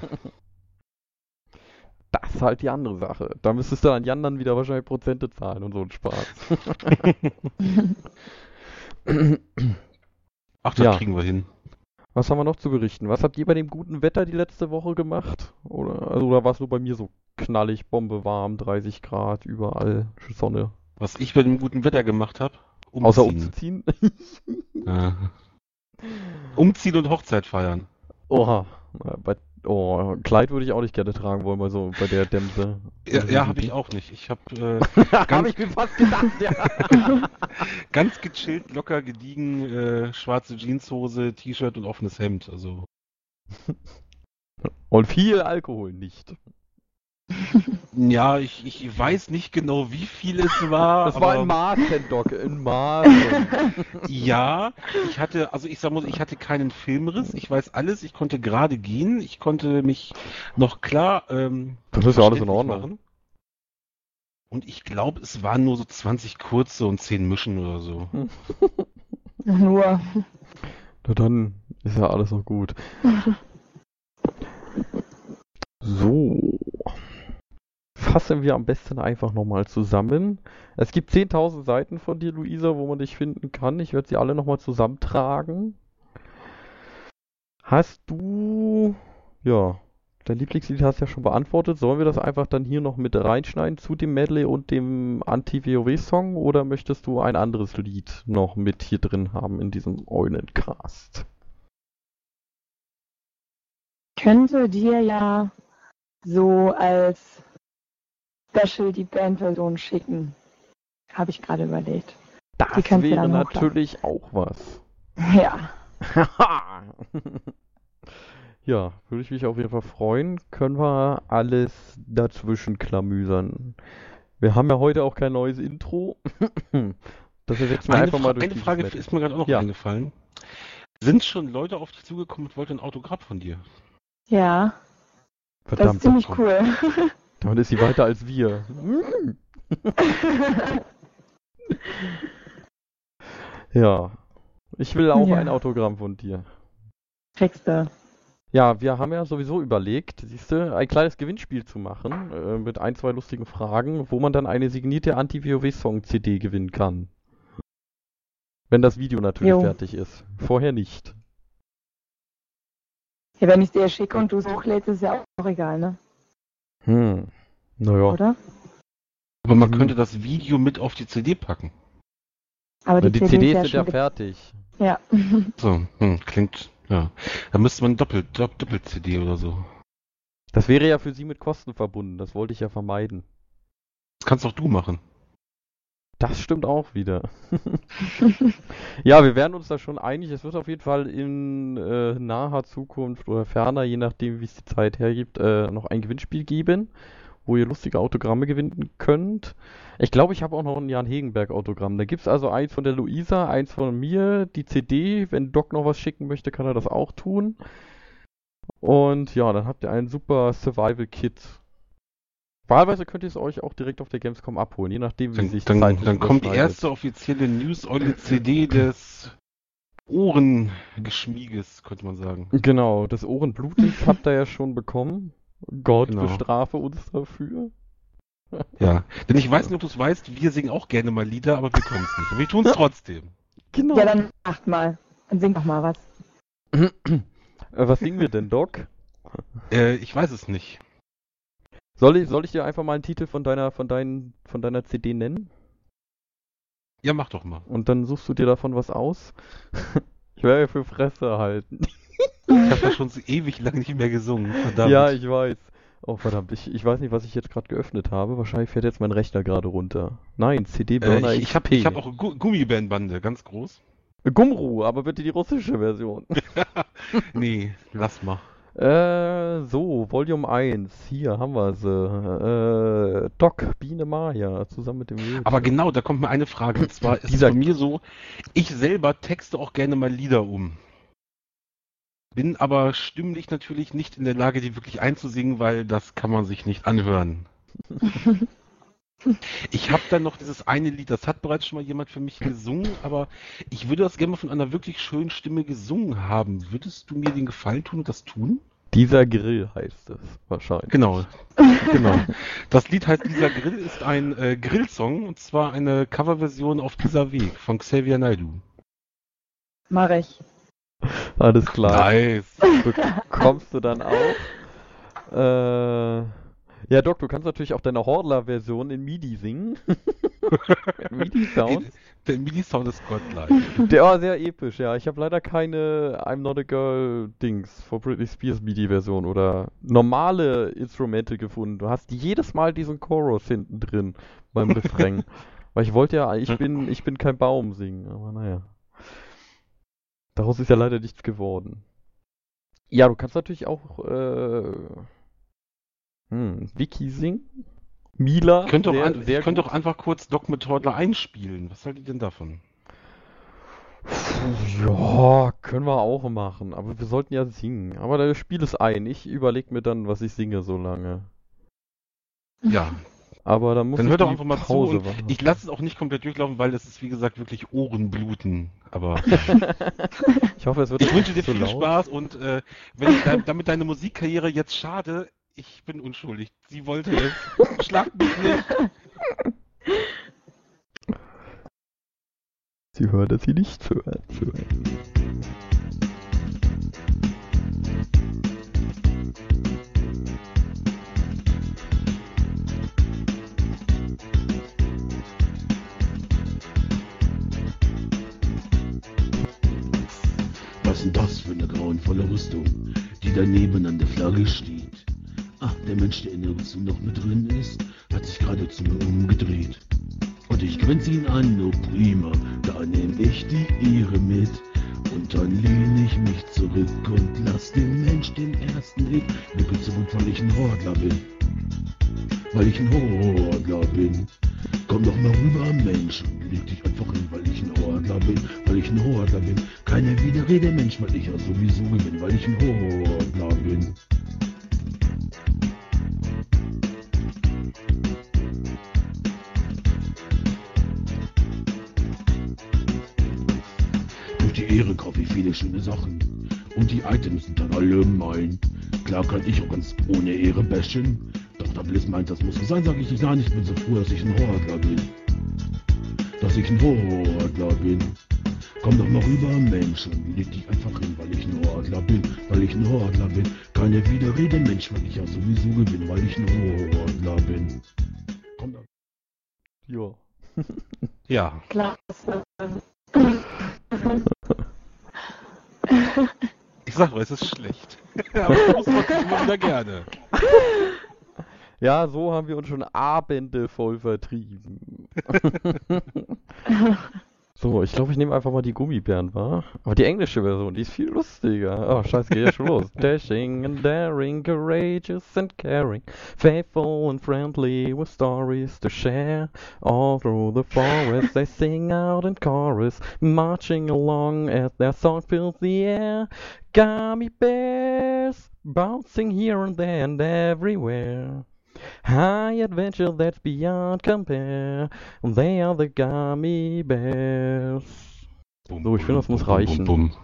Das ist halt die andere Sache. Da müsstest du an Jan dann wieder wahrscheinlich Prozente zahlen und so ein Spaß. Ach, das Ja. kriegen wir hin. Was haben wir noch zu berichten? Was habt ihr bei dem guten Wetter die letzte Woche gemacht? Oder war es nur bei mir so knallig, Bombe warm, 30 Grad, überall Sonne. Was ich bei dem guten Wetter gemacht habe, Außer umzuziehen. Ja. Umziehen und Hochzeit feiern. Oha. Kleid würde ich auch nicht gerne tragen wollen, bei der Dämse. Ja, habe ich auch nicht. Ich habe Habe ich mir fast gedacht, ja. ganz gechillt, locker, gediegen, schwarze Jeanshose, T-Shirt und offenes Hemd. Also. Und viel Alkohol nicht. Ja, ich weiß nicht genau, wie viel es war. Das war in Maßen, Doc, in Maßen. Ja, ich hatte keinen Filmriss, ich weiß alles, ich konnte gerade gehen, ich konnte mich noch klar Das ist ja alles in Ordnung. machen. Und ich glaube, es waren nur so 20 kurze und 10 Mischen oder so. Nur. Na dann ist ja alles noch gut. So. Fassen wir am besten einfach nochmal zusammen. Es gibt 10.000 Seiten von dir, Luisa, wo man dich finden kann. Ich werde sie alle nochmal zusammentragen. Hast du... Ja, dein Lieblingslied hast du ja schon beantwortet. Sollen wir das einfach dann hier noch mit reinschneiden zu dem Medley und dem Anti-WoW-Song? Oder möchtest du ein anderes Lied noch mit hier drin haben in diesem Eulencast? Könnte dir ja so als Special die Bandversion schicken. Habe ich gerade überlegt. Das Die kannst du wäre dann natürlich auch was. Ja. Ja, würde ich mich auf jeden Fall freuen. Können wir alles dazwischen klamüsern. Wir haben ja heute auch kein neues Intro. Das ersetzen wir einfach mal durch Eine dieses Frage Medley. ist mir gerade auch noch Ja. eingefallen. Sind schon Leute auf dich zugekommen und wollten ein Autogramm von dir? Ja, das ist Verdammt, ziemlich cool. damit ist sie weiter als wir. Ja, ich will auch Ja. ein Autogramm von dir. Kriegst du. Ja, wir haben ja sowieso überlegt, siehst du, ein kleines Gewinnspiel zu machen, mit ein, zwei lustigen Fragen, wo man dann eine signierte Anti-WoW-Song-CD gewinnen kann. Wenn das Video natürlich Jo. fertig ist. Vorher nicht. Ja, wenn ich es dir schicke und du es hochlädst, ist ja auch egal, ne? Naja. Oder? Aber man könnte das Video mit auf die CD packen. Aber Die CD CDs ist sind ja schon fertig. Ja. So, klingt, ja. Da müsste man Doppel-CD oder so. Das wäre ja für sie mit Kosten verbunden, das wollte ich ja vermeiden. Das kannst auch du machen. Das stimmt auch wieder. Ja, wir werden uns da schon einig. Es wird auf jeden Fall in naher Zukunft oder ferner, je nachdem, wie es die Zeit hergibt, noch ein Gewinnspiel geben, wo ihr lustige Autogramme gewinnen könnt. Ich glaube, ich habe auch noch ein Jan Hegenberg-Autogramm. Da gibt es also eins von der Luisa, eins von mir, die CD. Wenn Doc noch was schicken möchte, kann er das auch tun. Und ja, dann habt ihr ein super Survival-Kit. Wahlweise könnt ihr es euch auch direkt auf der Gamescom abholen, je nachdem, wie sich Dann zeitlich kommt die überschneidet. erste offizielle News-Eule-CD des Ohrengeschmieges, könnte man sagen. Genau, das Ohrenblutiges habt ihr ja schon bekommen. Gott Genau. bestrafe uns dafür. Ja, denn ich weiß nicht, ob du es weißt, wir singen auch gerne mal Lieder, aber wir können es nicht. Aber wir tun es trotzdem. Genau. Ja, dann macht mal. Dann sing doch mal was. Was singen wir denn, Doc? Ich weiß es nicht. Soll ich dir einfach mal einen Titel von deiner CD nennen? Ja, mach doch mal. Und dann suchst du dir davon was aus? Ich werde ja für Fresse halten. Ich habe das schon so ewig lang nicht mehr gesungen. Verdammt. Ja, ich weiß. Oh, verdammt. Ich weiß nicht, was ich jetzt gerade geöffnet habe. Wahrscheinlich fährt jetzt mein Rechner gerade runter. Nein, CD-Burner ich hab auch Gummibandbande, ganz groß. Gumru, aber bitte die russische Version. Nee, lass mal. So, Volume 1. Hier haben wir sie. Doc, Biene Maya, zusammen mit dem Mädchen. Aber genau, da kommt mir eine Frage. Und zwar ist es Dieser- bei mir so, ich selber texte auch gerne mal Lieder um. Bin aber stimmlich natürlich nicht in der Lage, die wirklich einzusingen, weil das kann man sich nicht anhören. Ich habe dann noch dieses eine Lied, das hat bereits schon mal jemand für mich gesungen, aber ich würde das gerne mal von einer wirklich schönen Stimme gesungen haben. Würdest du mir den Gefallen tun und das tun? Dieser Grill heißt es wahrscheinlich. Genau. Genau. Das Lied heißt Dieser Grill, ist ein Grillsong, und zwar eine Coverversion auf Dieser Weg von Xavier Naidoo. Mach ich. Alles klar. Nice. Bekommst du dann auch. Ja, Doc, du kannst natürlich auch deine Hordler-Version in MIDI singen. MIDI-Sound. Der MIDI-Sound ist Gottlike. Der war sehr episch, ja. Ich habe leider keine I'm Not a Girl Dings von Britney Spears MIDI-Version oder normale Instrumente gefunden. Du hast jedes Mal diesen Chorus hinten drin beim Refrain. Weil ich wollte ja, ich bin kein Baum singen, aber naja. Daraus ist ja leider nichts geworden. Ja, du kannst natürlich auch Vicky singen. Mila, Ich könnte doch einfach kurz Doc mit Hordler einspielen. Was haltet ihr denn davon? Ja, können wir auch machen, aber wir sollten ja singen. Aber das Spiel ist ein. Ich überlege mir dann, was ich singe so lange. Ja, Aber dann muss dann ich hört doch die einfach mal zu. Pause Und machen. ich lasse es auch nicht komplett durchlaufen, weil es ist, wie gesagt, wirklich Ohrenbluten. Aber Ich hoffe, es wird ich wünsche dir nicht zu viel laut. Spaß und wenn ich damit deine Musikkarriere jetzt schade, ich bin unschuldig. Sie wollte es. Schlag mich nicht. Sie hört, dass sie nicht hört. Was ist denn das für eine grauenvolle Rüstung, die daneben an der Flagge steht? Ach, der Mensch, der in der Rüstung noch mit drin ist, hat sich gerade zu mir umgedreht. Und ich grinse ihn an, oh prima, da nehm ich die Ehre mit. Und dann lehne ich mich zurück und lass den Mensch den ersten Hit. Mir geht's so gut, weil ich ein Hordler bin. Weil ich ein Hordler bin. Komm doch mal rüber, Mensch, und leg dich einfach hin, weil ich ein Hordler bin. Weil ich ein Hordler bin. Keine Widerrede, Mensch, weil ich ja sowieso gewinne. Weil ich ein Hordler bin. Durch die Ehre kaufe ich viele schöne Sachen. Und die Items sind dann alle mein. Klar kann ich auch ganz ohne Ehre bashen. Doch da Bliss meint, das muss so sein, sag ich gar nicht. Bin so froh, dass ich ein Hordler bin. Dass ich ein Hordler bin. Komm doch mal rüber, Mensch, und leg dich einfach hin, weil ich ein Hordler bin. Weil ich ein Hordler bin. Keine Widerrede, Mensch, weil ich ja sowieso gewinne. Weil ich ein Hordler bin. Komm doch. Ja. Ja, Klasse. ich sag mal, es ist schlecht. Aber ich muss trotzdem immer wieder gerne. Ja, so haben wir uns schon Abende voll vertrieben. So, ich glaube, ich nehme einfach mal die Gummibären, wa? Aber die englische Version, die ist viel lustiger. Oh, scheiße, geht ja schon los. Dashing and daring, courageous and caring, faithful and friendly with stories to share. All through the forest they sing out in chorus, marching along as their song fills the air. Gummy bears, bouncing here and there and everywhere. High adventure that's beyond compare. They are the Gummy Bears. So, ich finde, das muss reichen. Bum.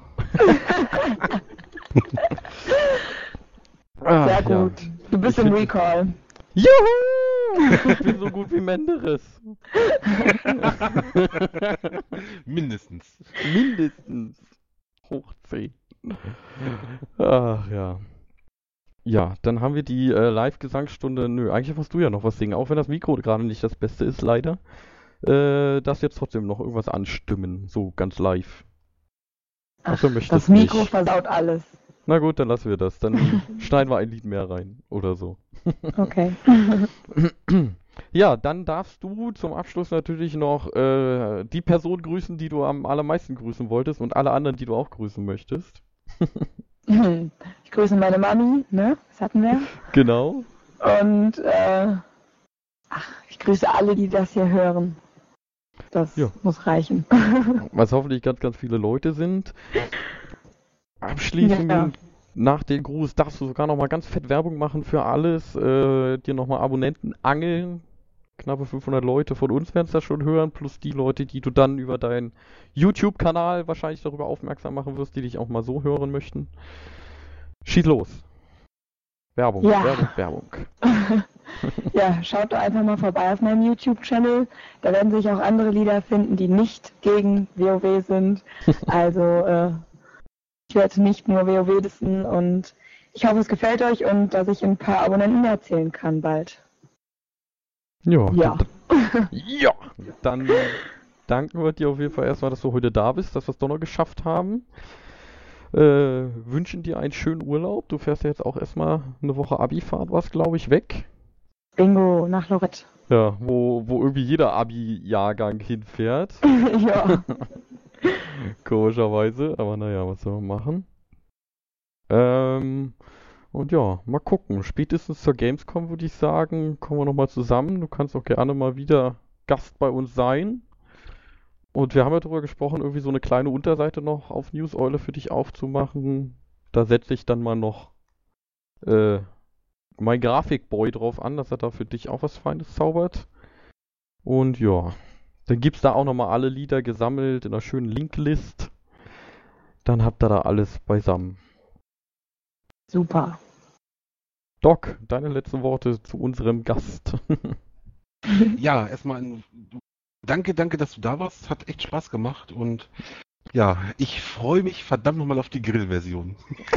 Sehr gut. Du bist Ich im find- Recall. Juhu! Ich bin so gut wie Menderes. Mindestens. Mindestens. Hoch 10. Ach ja. Ja, dann haben wir die Live-Gesangsstunde. Nö, eigentlich musst du ja noch was singen, auch wenn das Mikro gerade nicht das Beste ist, leider. Darfst jetzt trotzdem noch irgendwas anstimmen, so ganz live. Ach, du möchtest Das Mikro nicht. versaut alles. Na gut, dann lassen wir das. Dann schneiden wir ein Lied mehr rein oder so. Okay. Ja, dann darfst du zum Abschluss natürlich noch die Person grüßen, die du am allermeisten grüßen wolltest und alle anderen, die du auch grüßen möchtest. Ich grüße meine Mami, ne? Das hatten wir. Genau. Und ich grüße alle, die das hier hören. Das Ja. muss reichen. Was hoffentlich ganz, ganz viele Leute sind. Abschließend, Ja. nach dem Gruß, darfst du sogar noch mal ganz fett Werbung machen für alles. Dir noch mal Abonnenten angeln. Knappe 500 Leute von uns werden es da schon hören, plus die Leute, die du dann über deinen YouTube-Kanal wahrscheinlich darüber aufmerksam machen wirst, die dich auch mal so hören möchten. Schieß los. Werbung, Ja. Werbung. Ja, schaut doch einfach mal vorbei auf meinem YouTube-Channel. Da werden sich auch andere Lieder finden, die nicht gegen WoW sind. Also ich werde nicht nur WoW dissen und Ich hoffe, es gefällt euch und dass ich ein paar Abonnenten mehr erzählen kann bald. Ja. Ja. Ja. Dann danken wir dir auf jeden Fall erstmal, dass du heute da bist, dass wir es doch noch geschafft haben. Wünschen dir einen schönen Urlaub. Du fährst ja jetzt auch erstmal eine Woche Abifahrt, was glaube ich, weg. Bingo, nach Lorette. Ja, wo irgendwie jeder Abi-Jahrgang hinfährt. Ja. Komischerweise, aber naja, was soll man machen? Und ja, mal gucken. Spätestens zur Gamescom würde ich sagen, kommen wir nochmal zusammen. Du kannst auch gerne mal wieder Gast bei uns sein. Und wir haben ja darüber gesprochen, irgendwie so eine kleine Unterseite noch auf News-Eule für dich aufzumachen. Da setze ich dann mal noch mein Grafikboy drauf an, dass er da für dich auch was Feines zaubert. Und ja, dann gibt's da auch nochmal alle Lieder gesammelt in einer schönen Linklist. Dann habt ihr da alles beisammen. Super. Doc, deine letzten Worte zu unserem Gast. Ja, erstmal danke, dass du da warst. Hat echt Spaß gemacht und ja, ich freue mich verdammt nochmal auf die Grillversion.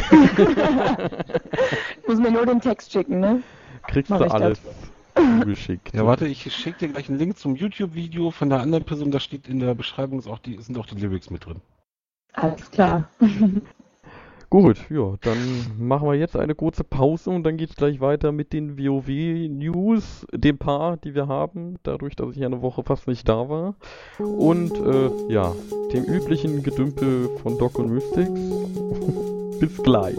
Ich muss mir nur den Text schicken, ne? Kriegst Mach du ich alles zugeschickt. Ja, warte, ich schicke dir gleich einen Link zum YouTube-Video von der anderen Person. Da steht in der Beschreibung sind auch die Lyrics mit drin. Alles klar. Gut, ja, dann machen wir jetzt eine kurze Pause und dann geht's gleich weiter mit den WoW-News, dem paar, die wir haben, dadurch, dass ich ja eine Woche fast nicht da war. Und ja, dem üblichen Gedümpel von Doc und Mystics. Bis gleich.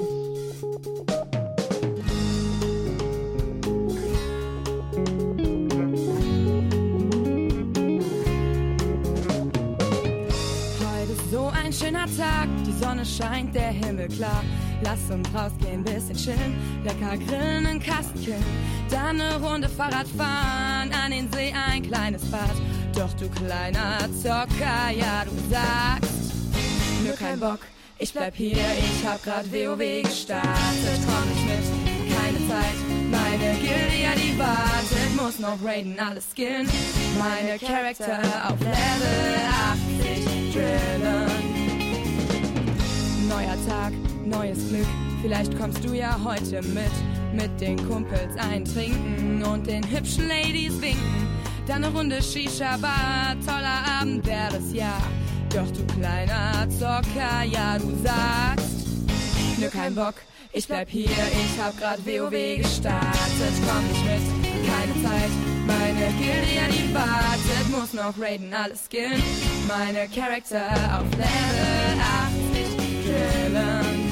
Schöner Tag, die Sonne scheint, der Himmel klar. Lass uns rausgehen, bisschen chillen, lecker grillen, ein Kasten, dann eine Runde Fahrrad fahren, an den See ein kleines Bad. Doch du kleiner Zocker, ja du sagst, nur kein Bock, ich bleib hier, ich hab grad WoW gestartet. Komm nicht mit, keine Zeit, meine Gilde, ja die wartet, muss noch raiden, alles skillen, meine Charakter auf Level 80 drillen. Neuer Tag, neues Glück, vielleicht kommst du ja heute mit den Kumpels eintrinken und den hübschen Ladies winken. Dann eine Runde Shisha-Bar, toller Abend wäre es ja. Doch du kleiner Zocker, ja du sagst, nö kein Bock, ich bleib hier, ich hab grad WoW gestartet. Komm nicht mit, keine Zeit, meine Gilde, ja die wartet, muss noch raiden, alles skillen, meine Charakter auf Level 80 drillen.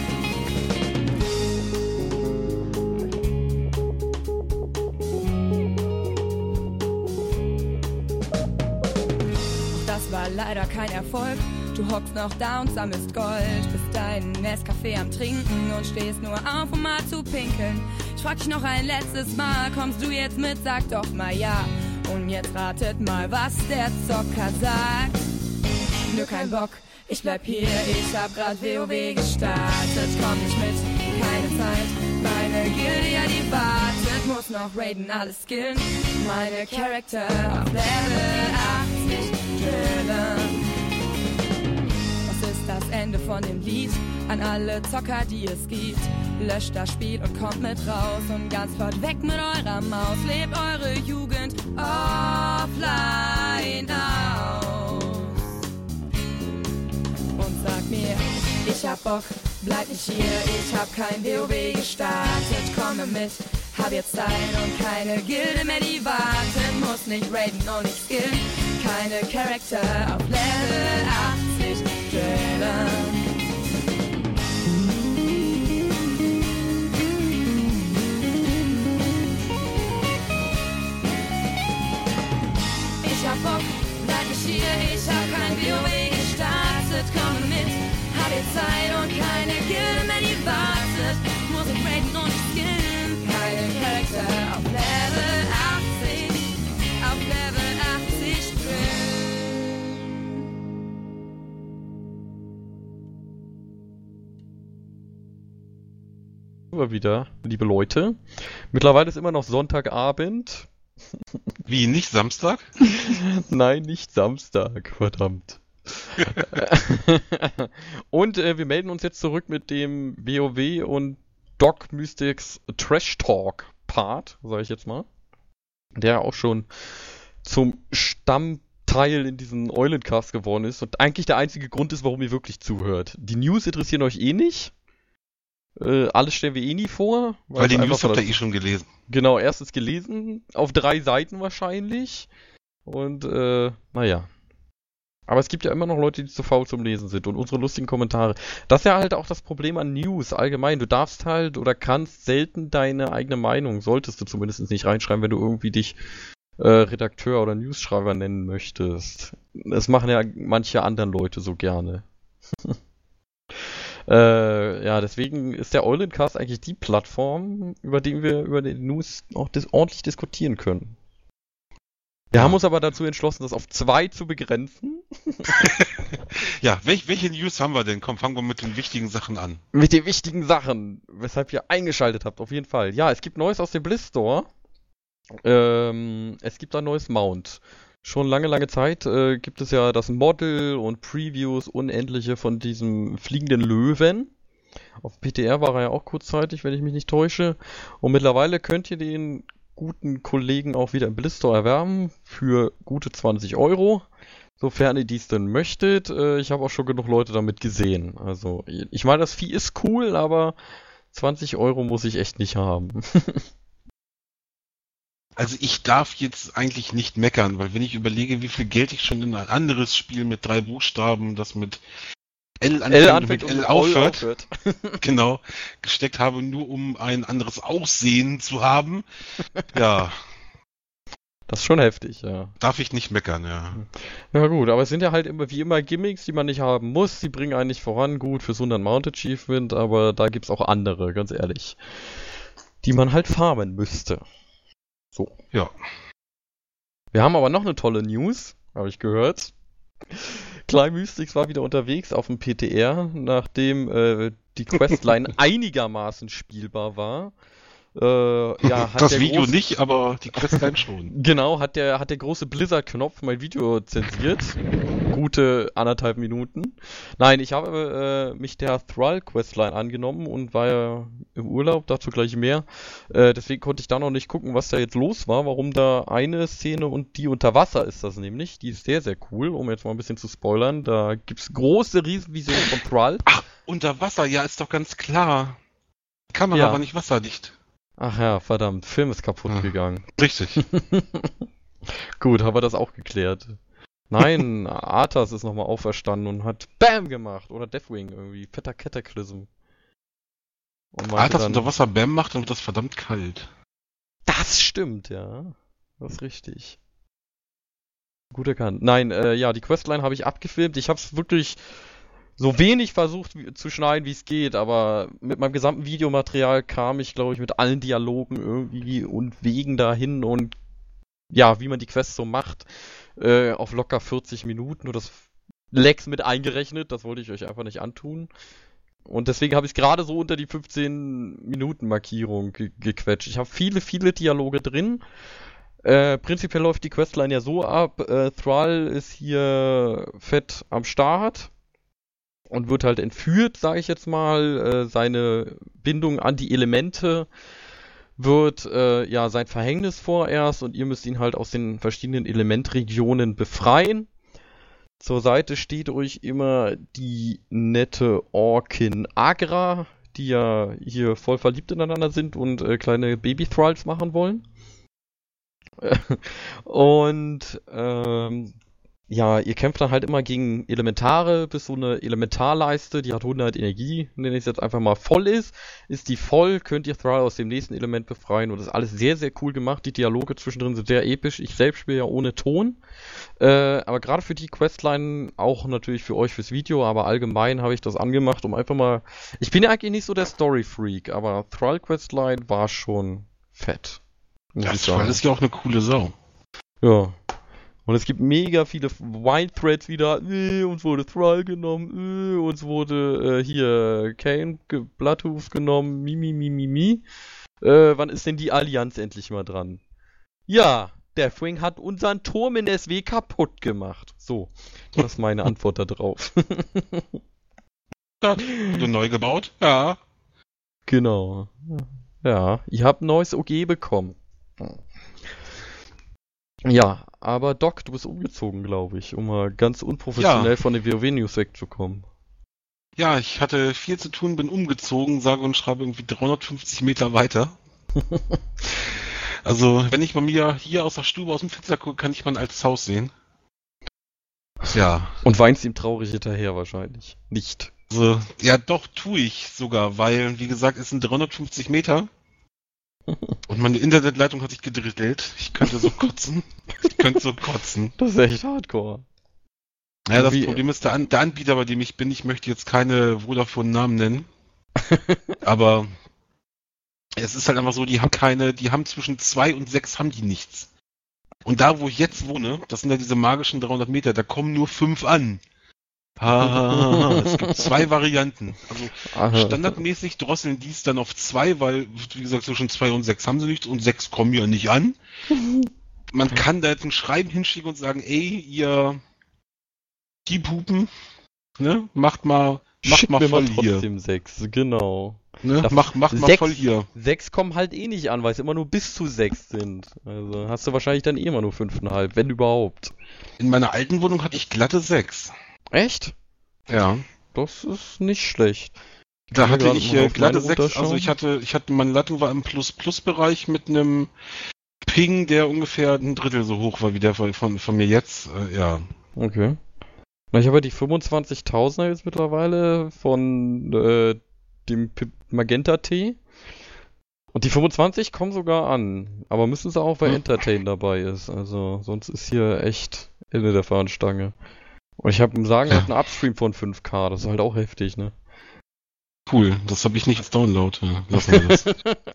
Das war leider kein Erfolg, du hockst noch da und sammelst Gold, bist deinen Nescafé am Trinken und stehst nur auf, um mal zu pinkeln. Ich frag dich noch ein letztes Mal, kommst du jetzt mit, sag doch mal ja. Und jetzt ratet mal, was der Zocker sagt. Nö, kein Bock, ich bleib hier, ich hab grad WoW gestartet. Komm nicht mit, keine Zeit, meine Gilde, ja die wartet, muss noch raiden, alles skillen, meine Charakter auf Level 80 drillen. Das ist das Ende von dem Lied, an alle Zocker, die es gibt. Löscht das Spiel und kommt mit raus und ganz fort weg mit eurer Maus. Lebt eure Jugend offline aus und sagt mir, ich hab Bock, bleib nicht hier, ich hab kein WoW gestartet. Komme mit, hab jetzt Zeit und keine Gilde mehr, die wartet. Muss nicht raiden und nicht skillen, keine Charakter auf Level 80 drillen. Ich hab Bock, bleib nicht hier, ich hab kein WoW gestartet. Komm mit, hab jetzt Zeit und keine Gilde mehr, die wartet. Muss ich raiden und nicht skillen, keine Charakter auf Level 80, auf Level 80 Immer wieder, liebe Leute. Mittlerweile ist immer noch Sonntagabend. Wie, nicht Samstag? Nein, nicht Samstag, verdammt. Und wir melden uns jetzt zurück mit dem WoW und Doc Mystics Trash Talk Part, sage ich jetzt mal, der auch schon zum Stammteil in diesen Eulencast geworden ist und eigentlich der einzige Grund ist, warum ihr wirklich zuhört. Die News interessieren euch eh nicht. Alles stellen wir eh nie vor. Weil die News habt ihr eh schon gelesen. Genau, erstens gelesen, auf 3 Seiten wahrscheinlich. Und, naja. Aber es gibt ja immer noch Leute, die zu faul zum Lesen sind und unsere lustigen Kommentare. Das ist ja halt auch das Problem an News allgemein. Du darfst halt oder kannst selten deine eigene Meinung, solltest du zumindest nicht reinschreiben, wenn du irgendwie dich Redakteur oder Newsschreiber nennen möchtest. Das machen ja manche anderen Leute so gerne. Ja, deswegen ist der Eulencast eigentlich die Plattform, über die wir über die News auch ordentlich diskutieren können. Wir haben uns aber dazu entschlossen, das auf 2 zu begrenzen. Ja, welche News haben wir denn? Komm, fangen wir mit den wichtigen Sachen an. Mit den wichtigen Sachen, weshalb ihr eingeschaltet habt, auf jeden Fall. Ja, es gibt Neues aus dem Bliss Store. Es gibt ein neues Mount. Schon lange Zeit gibt es ja das Model und Previews unendliche von diesem fliegenden Löwen. Auf PTR war er ja auch kurzzeitig, wenn ich mich nicht täusche. Und mittlerweile könnt ihr den guten Kollegen auch wieder im Bliss Store erwerben für gute 20 €, sofern ihr dies denn möchtet. Ich habe auch schon genug Leute damit gesehen. Also, ich meine, das Vieh ist cool, aber 20 € muss ich echt nicht haben. Also ich darf jetzt eigentlich nicht meckern, weil wenn ich überlege, wie viel Geld ich schon in ein anderes Spiel mit 3 Buchstaben, das mit L anfängt und mit L aufhört, genau, gesteckt habe, nur um ein anderes Aussehen zu haben, ja. Das ist schon heftig, ja. Darf ich nicht meckern, ja. Ja gut, aber es sind ja halt wie immer Gimmicks, die man nicht haben muss. Die bringen einen nicht voran, gut fürs 100 Mount Achievement, aber da gibt's auch andere, ganz ehrlich, die man halt farmen müsste. So. Ja. Wir haben aber noch eine tolle News, habe ich gehört. Klein Mystics war wieder unterwegs auf dem PTR, nachdem die Questline einigermaßen spielbar war. Ja, hat das Video nicht, aber die Questline schon. Genau, hat der große Blizzard-Knopf mein Video zensiert. Gute 1,5 Minuten. Nein, ich habe mich der Thrall-Questline angenommen und war ja im Urlaub, dazu gleich mehr. Deswegen konnte ich da noch nicht gucken, was da jetzt los war, warum da eine Szene und die unter Wasser ist das nämlich. Die ist sehr, sehr cool, um jetzt mal ein bisschen zu spoilern. Da gibt's große Riesenvisionen von Thrall. Ach, unter Wasser, ja, ist doch ganz klar. Die Kamera war nicht wasserdicht. Ach ja, verdammt, Film ist kaputt gegangen. Richtig. Gut, haben wir das auch geklärt. Nein, Arthas ist nochmal auferstanden und hat BAM gemacht. Oder Deathwing irgendwie. Fetter Cataclysm. Arthas unter Wasser BAM macht, dann wird das verdammt kalt. Das stimmt, ja. Das ist richtig. Gut erkannt. Nein, ja, die Questline habe ich abgefilmt. Ich habe es wirklich so wenig versucht zu schneiden, wie es geht, aber mit meinem gesamten Videomaterial kam ich, glaube ich, mit allen Dialogen irgendwie und Wegen dahin und ja, wie man die Quest so macht, auf locker 40 Minuten, nur das Lex mit eingerechnet, das wollte ich euch einfach nicht antun. Und deswegen habe ich es gerade so unter die 15-Minuten-Markierung gequetscht. Ich habe viele Dialoge drin. Prinzipiell läuft die Questline ja so ab, Thrall ist hier fett am Start und wird halt entführt, sage ich jetzt mal. Seine Bindung an die Elemente wird ja sein Verhängnis vorerst und ihr müsst ihn halt aus den verschiedenen Elementregionen befreien. Zur Seite steht euch immer die nette Orkin Agra, die ja hier voll verliebt ineinander sind und kleine Baby-Thralls machen wollen. Und ja, ihr kämpft dann halt immer gegen Elementare, bis so eine Elementarleiste, die hat 100 Energie, nenne ich es jetzt einfach mal, voll ist. Ist die voll, könnt ihr Thrall aus dem nächsten Element befreien und das ist alles sehr, sehr cool gemacht. Die Dialoge zwischendrin sind sehr episch. Ich selbst spiele ja ohne Ton. Aber gerade für die Questline, auch natürlich für euch fürs Video, aber allgemein habe ich das angemacht, um einfach mal... Ich bin ja eigentlich nicht so der Story-Freak, aber Thrall Questline war schon fett. Das ist ja auch eine coole Sau. Ja. Und es gibt mega viele Wild-Threads wieder. Uns wurde Thrall genommen. Uns wurde hier Kane Bloodhoof genommen. Wann ist denn die Allianz endlich mal dran? Ja, Deathwing hat unseren Turm in SW kaputt gemacht. So, das ist meine Antwort da drauf. Ja, wurde neu gebaut? Ja. Genau. Ja, ihr habt ein neues OG bekommen. Ja, aber Doc, du bist umgezogen, glaube ich, um mal ganz unprofessionell von den WoW-News wegzukommen. Ja, ich hatte viel zu tun, bin umgezogen, sage und schreibe irgendwie 350 Meter weiter. Also, wenn ich bei mir hier aus der Stube aus dem Fenster gucke, kann ich mein altes Haus sehen. Ja. Und weinst ihm traurig hinterher wahrscheinlich. Nicht. Also, ja, doch, tue ich sogar, weil, wie gesagt, es sind 350 Meter. Und meine Internetleitung hat sich gedrittelt. Ich könnte so kotzen. Das ist echt hardcore. Ja, das Problem ist, der Anbieter, bei dem ich bin, ich möchte jetzt keine Vodafone-Namen nennen. Aber es ist halt einfach so, die haben zwischen 2 und 6 haben die nichts. Und da, wo ich jetzt wohne, das sind ja diese magischen 300 Meter, da kommen nur 5 an. Es gibt 2 Varianten. Also standardmäßig drosseln die es dann auf 2, weil, wie gesagt, zwischen 2 und 6 haben sie nichts und 6 kommen ja nicht an. Man kann da jetzt ein Schreiben hinschicken und sagen, ey, ihr Diebhupen, ne, macht mal voll hier. Trotzdem 6, genau. Ne? Mach mal 6, voll hier. 6 kommen halt eh nicht an, weil es immer nur bis zu 6 sind. Also hast du wahrscheinlich dann eh immer nur 5,5, wenn überhaupt. In meiner alten Wohnung hatte ich glatte 6. Echt? Ja. Das ist nicht schlecht. Da hatte ich glatte 6, also ich hatte, meine Leitung war im Plus-Plus-Bereich mit einem Ping, der ungefähr ein Drittel so hoch war wie der von mir jetzt, ja. Okay. Ich habe ja die 25.000er jetzt mittlerweile von dem Magenta T. Und die 25 kommen sogar an. Aber müssen sie auch, weil Entertain dabei ist. Also sonst ist hier echt Ende der Fahnenstange. Und ich habe einen einen Upstream von 5K. Das ist halt auch heftig, ne? Cool, das habe ich nicht als Download. Lassen wir das.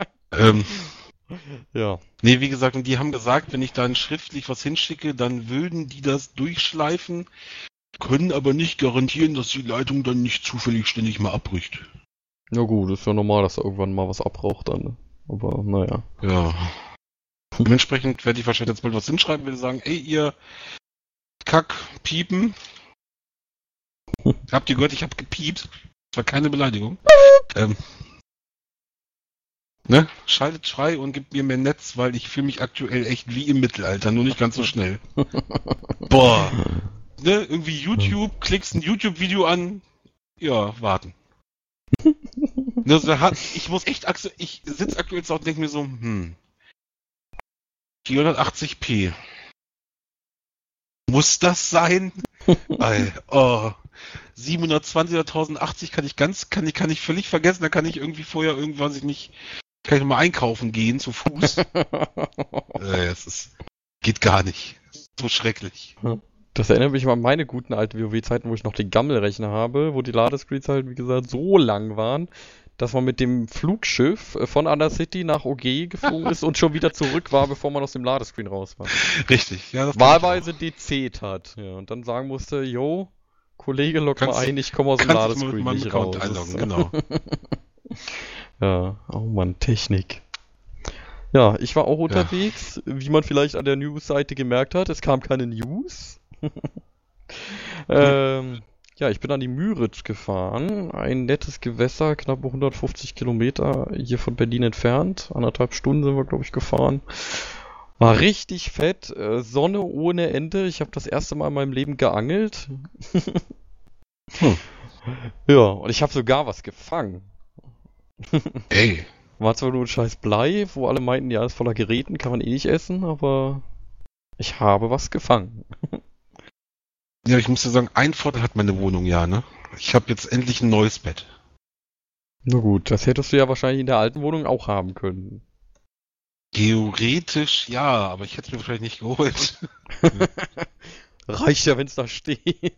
Ja. Nee, wie gesagt, und die haben gesagt, wenn ich dann schriftlich was hinschicke, dann würden die das durchschleifen, können aber nicht garantieren, dass die Leitung dann nicht zufällig ständig mal abbricht. Ja gut, ist ja normal, dass da irgendwann mal was abraucht dann. Ne? Aber naja. Ja. Dementsprechend werde ich wahrscheinlich jetzt bald was hinschreiben, werde sagen, ey, ihr Kack-Piepen. Habt ihr gehört, ich hab gepiept. Das war keine Beleidigung. Ne? Schaltet frei und gebt mir mehr Netz, weil ich fühle mich aktuell echt wie im Mittelalter, nur nicht ganz so schnell. Boah. Ne? Irgendwie YouTube, klickst ein YouTube-Video an. Ja, warten. Ich sitze aktuell jetzt auch und denke mir so, 480p. Muss das sein? 720 oder 1080 kann ich völlig vergessen, da kann ich irgendwie vorher irgendwas kann ich nochmal einkaufen gehen zu Fuß. Geht gar nicht. So schrecklich. Das erinnert mich mal an meine guten alten WoW-Zeiten, wo ich noch den Gammelrechner habe, wo die Ladescreens halt, wie gesagt, so lang waren, dass man mit dem Flugschiff von Undercity nach OG geflogen ist und schon wieder zurück war, bevor man aus dem Ladescreen raus war. Richtig, ja. Das wahlweise DC hat. Ja, und dann sagen musste, yo, Kollege, log mal ein, ich komme aus dem Ladescreen nicht raus. Einloggen, genau. Ja, oh Mann, Technik. Ja, ich war auch unterwegs, wie man vielleicht an der News-Seite gemerkt hat, es kam keine News. Ja, ich bin an die Müritz gefahren, ein nettes Gewässer, knapp 150 Kilometer hier von Berlin entfernt, 1,5 Stunden sind wir, glaube ich, gefahren. War richtig fett, Sonne ohne Ende, ich habe das erste Mal in meinem Leben geangelt. Ja, und ich habe sogar was gefangen. Ey. War zwar nur ein scheiß Blei, wo alle meinten, ja, ist voller Geräten, kann man eh nicht essen, aber ich habe was gefangen. Ja, ich muss dir sagen, ein Vorteil hat meine Wohnung ja, ne? Ich habe jetzt endlich ein neues Bett. Na gut, das hättest du ja wahrscheinlich in der alten Wohnung auch haben können. Theoretisch ja, aber ich hätte es mir wahrscheinlich nicht geholt. Reicht ja, wenn es da steht.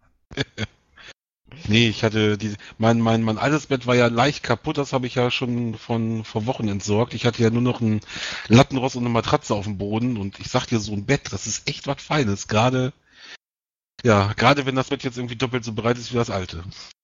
Nee, ich hatte mein altes Bett war ja leicht kaputt, das habe ich ja schon vor Wochen entsorgt. Ich hatte ja nur noch einen Lattenrost und eine Matratze auf dem Boden und ich sag dir, so ein Bett, das ist echt was Feines. Gerade wenn das Bett jetzt irgendwie doppelt so breit ist wie das alte.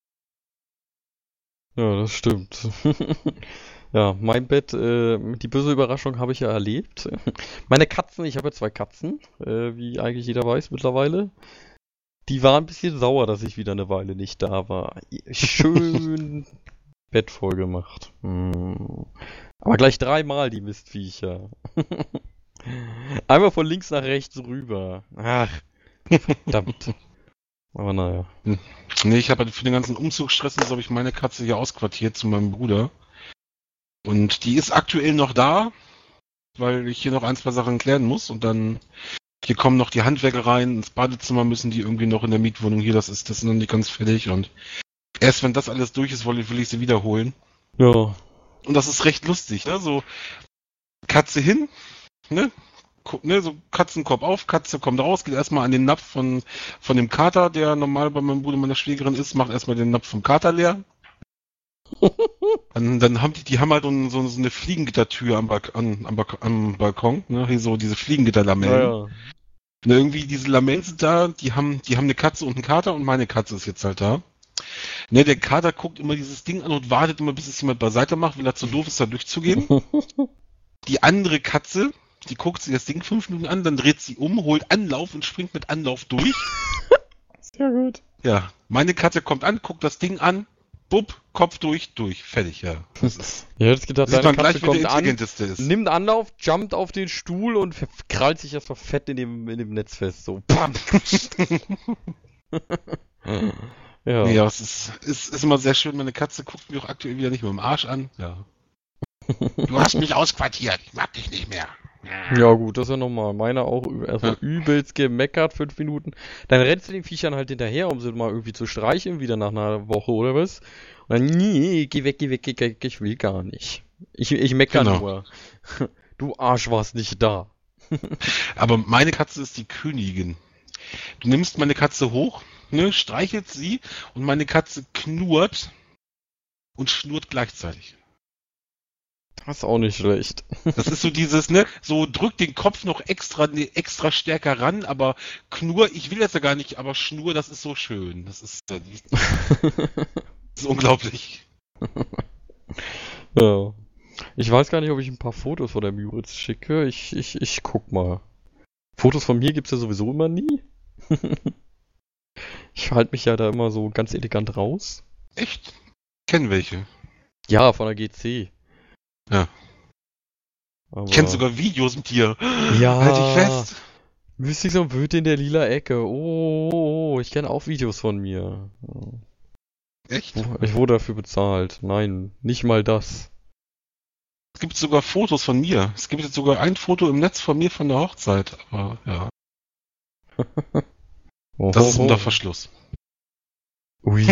Ja, das stimmt. Ja, mein Bett, die böse Überraschung habe ich ja erlebt. Meine Katzen, ich habe ja 2 Katzen, wie eigentlich jeder weiß mittlerweile. Die waren ein bisschen sauer, dass ich wieder eine Weile nicht da war. Schön Bett voll gemacht. Aber gleich 3-mal die Mistviecher. Einmal von links nach rechts rüber. Ach, verdammt. Aber naja. Nee, ich habe für den ganzen Umzugsstress, habe ich meine Katze hier ausquartiert zu meinem Bruder. Und die ist aktuell noch da, weil ich hier noch 1-2 Sachen klären muss. Und dann, hier kommen noch die Handwerker rein, ins Badezimmer müssen die irgendwie noch in der Mietwohnung hier, das ist noch nicht ganz fertig. Und erst wenn das alles durch ist, will ich sie wiederholen. Ja. Und das ist recht lustig, ne? So, Katze hin, ne? So Katzenkorb auf, Katze kommt raus, geht erstmal an den Napf von dem Kater, der normal bei meinem Bruder und meiner Schwägerin ist, macht erstmal den Napf vom Kater leer. Dann haben die haben halt so eine Fliegengittertür am Balkon, ne? Hier so diese Fliegengitterlamellen. Ja. Und irgendwie diese Lamellen sind da, die haben eine Katze und einen Kater und meine Katze ist jetzt halt da. Ne, der Kater guckt immer dieses Ding an und wartet immer, bis es jemand beiseite macht, weil er zu doof ist, da durchzugehen. Die andere Katze, die guckt sich das Ding 5 Minuten an, dann dreht sie um, holt Anlauf und springt mit Anlauf durch. Sehr gut. Ja, meine Katze kommt an, guckt das Ding an, bupp, Kopf durch, fertig, ja. Das ist, Ich hätte gedacht, sieht deine man Katze gleich, wer der kommt an, Intelligenteste ist. nimmt Anlauf, jumpt auf den Stuhl und krallt sich erstmal fett in dem Netz fest. So, bam. Ja. Ja, es ist immer sehr schön, meine Katze guckt mich auch aktuell wieder nicht mit dem Arsch an. Ja. Du hast mich ausquartiert, ich mag dich nicht mehr. Ja gut, das ist ja normal. Meine auch erstmal übelst gemeckert, 5 Minuten. Dann rennst du den Viechern halt hinterher, um sie mal irgendwie zu streicheln, wieder nach einer Woche oder was. Und dann, nee, geh weg, ich will gar nicht. Ich mecker Genau. nur. Du Arsch warst nicht da. Aber meine Katze ist die Königin. Du nimmst meine Katze hoch, ne, streichelst sie und meine Katze knurrt und schnurrt gleichzeitig. Das ist auch nicht schlecht. Das ist so dieses, ne, so drückt den Kopf noch extra stärker ran, aber Knurr, ich will das ja gar nicht, aber Schnur, das ist so schön. Das ist unglaublich. Ja. Ich weiß gar nicht, ob ich ein paar Fotos von der Müritz schicke. Ich guck mal. Fotos von mir gibt's ja sowieso immer nie. Ich halte mich ja da immer so ganz elegant raus. Echt? Kennen welche. Ja, von der GC. Ja. Aber Ich kenne sogar Videos mit dir. Ja. Halt dich fest. Mystik und Wüte in der lila Ecke. Oh, ich kenne auch Videos von mir. Echt? Ich wurde dafür bezahlt. Nein, nicht mal das. Es gibt sogar Fotos von mir. Es gibt jetzt sogar ein Foto im Netz von mir von der Hochzeit. Aber ja, das ist unter Verschluss. Ui.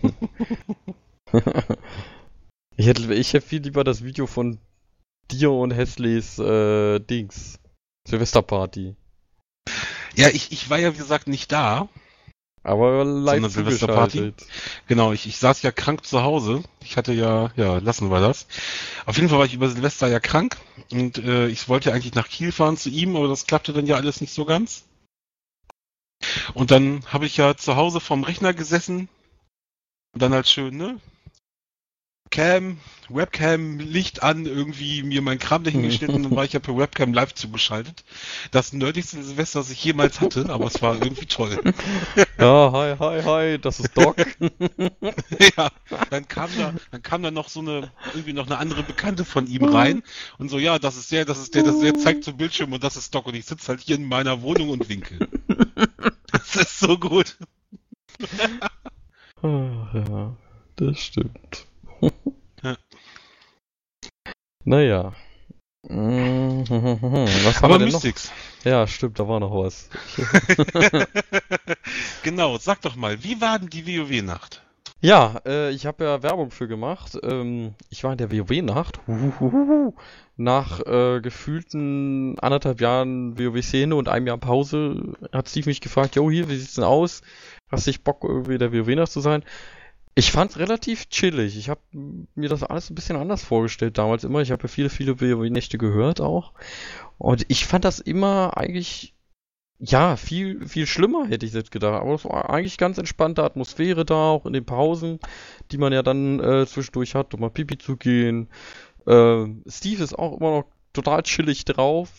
Ich hätte viel lieber das Video von dir und Hesleys Dings. Silvesterparty. Ja, ich war ja wie gesagt nicht da. Aber So live eine Silvesterparty? zugeschaltet. Genau, ich saß ja krank zu Hause. Ich hatte ja, lassen wir das. Auf jeden Fall war ich über Silvester ja krank und ich wollte ja eigentlich nach Kiel fahren zu ihm, aber das klappte dann ja alles nicht so ganz. Und dann habe ich ja zu Hause vorm Rechner gesessen und dann halt schön, ne? Webcam, Licht an, irgendwie mir mein Kram dahin geschnitten und dann war ich ja per Webcam live zugeschaltet. Das nerdigste Silvester, das ich jemals hatte, aber es war irgendwie toll. Ja, hi, das ist Doc. Ja, dann kam da noch irgendwie noch eine andere Bekannte von ihm rein und so, ja, das ist der zeigt zum Bildschirm und das ist Doc und ich sitze halt hier in meiner Wohnung und winke. Das ist so gut. Ja, das stimmt. Ja. Naja. Was haben Aber wir denn noch? Mystics. Ja, stimmt, da war noch was. Genau, sag doch mal, wie war denn die WoW-Nacht? Ja, ich habe ja Werbung für gemacht. Ich war in der WoW-Nacht. Nach gefühlten 1,5 Jahren WoW-Szene und einem Jahr Pause hat Steve mich gefragt, jo, hier, wie sieht's denn aus? Hast dich Bock, irgendwie in der WoW-Nacht zu sein? Ich fand's relativ chillig. Ich habe mir das alles ein bisschen anders vorgestellt damals immer. Ich habe ja viele WoW-Nächte gehört auch. Und ich fand das immer eigentlich, ja, viel schlimmer, hätte ich jetzt gedacht. Aber es war eigentlich ganz entspannte Atmosphäre da, auch in den Pausen, die man ja dann zwischendurch hat, um mal Pipi zu gehen. Steve ist auch immer noch total chillig drauf.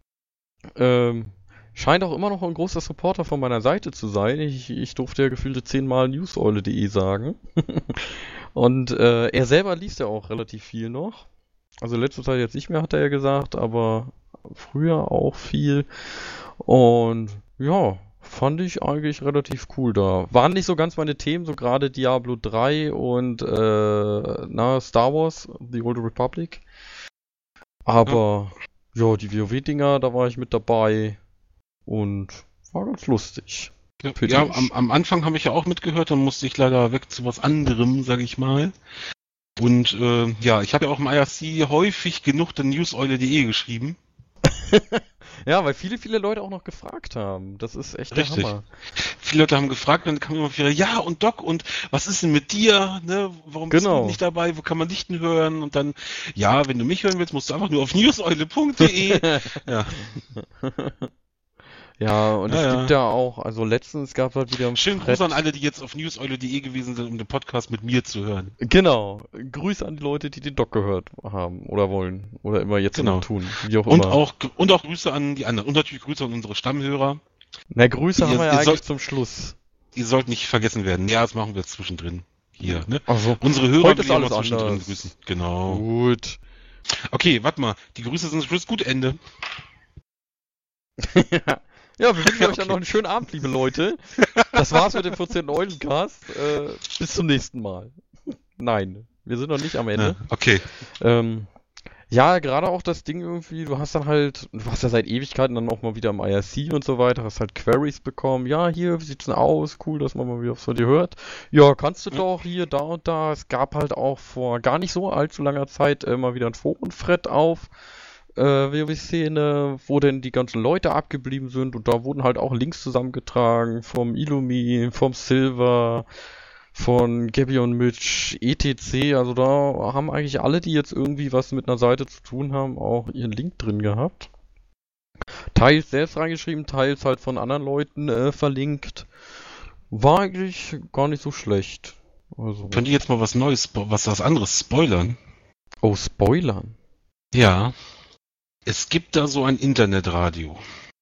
Scheint auch immer noch ein großer Supporter von meiner Seite zu sein. Ich durfte ja gefühlte 10-mal newseule.de sagen. Und er selber liest ja auch relativ viel noch. Also letzte Zeit jetzt nicht mehr, hat er ja gesagt, aber früher auch viel. Und ja, fand ich eigentlich relativ cool da. Waren nicht so ganz meine Themen, so gerade Diablo 3 und Star Wars, The Old Republic. Aber ja, die WoW-Dinger, da war ich mit dabei und war ganz lustig. Ja, am Anfang habe ich ja auch mitgehört, dann musste ich leider weg zu was anderem, sag ich mal. Und ja, ich habe ja auch im IRC häufig genug der newseule.de geschrieben. Ja, weil viele Leute auch noch gefragt haben. Das ist echt der Richtig. Hammer. Viele Leute haben gefragt, dann kam immer wieder, ja und Doc, und was ist denn mit dir? Ne? Warum bist Genau. du nicht dabei? Wo kann man dich denn hören? Und dann, ja, wenn du mich hören willst, musst du einfach nur auf newseule.de. Ja. Ja, und es gibt ja auch, also letztens gab es halt wieder ein Schönen Thread. Gruß an alle, die jetzt auf newseule.de gewesen sind, um den Podcast mit mir zu hören. Genau. Grüße an die Leute, die den Doc gehört haben oder wollen oder immer jetzt Genau. noch tun. Wie auch Und immer. auch Grüße an die anderen. Und natürlich Grüße an unsere Stammhörer. Na, Grüße haben wir ja ihr eigentlich sollt- zum Schluss. Die sollten nicht vergessen werden. Ja, das machen wir jetzt zwischendrin. Hier, ne? Also, Unsere Hörer heute ist will ich alles mal zwischendrin anders. grüßen. Genau. Gut. Okay, warte mal. Die Grüße sind Schluss. Gut, Ende. Ja, wir wünschen euch Okay. dann noch einen schönen Abend, liebe Leute. Das war's mit dem 14. Eulencast. Bis zum nächsten Mal. Nein, wir sind noch nicht am Ende. Ja, okay. Ja, gerade auch das Ding irgendwie, du hast ja seit Ewigkeiten dann auch mal wieder im IRC und so weiter, hast halt Queries bekommen. Ja, hier, wie sieht's denn aus? Cool, dass man mal wieder was von dir hört. Ja, kannst du doch hier, da und da. Es gab halt auch vor gar nicht so allzu langer Zeit mal wieder ein Forenthread auf WoW-Szene, wo denn die ganzen Leute abgeblieben sind, und da wurden halt auch Links zusammengetragen vom Illumi, vom Silver, von Gabby und Mitch, etc. Also da haben eigentlich alle, die jetzt irgendwie was mit einer Seite zu tun haben, auch ihren Link drin gehabt. Teils selbst reingeschrieben, teils halt von anderen Leuten verlinkt. War eigentlich gar nicht so schlecht. Also. Könnt ihr jetzt mal was Neues, was anderes spoilern? Oh, spoilern. Ja. Es gibt da so ein Internetradio.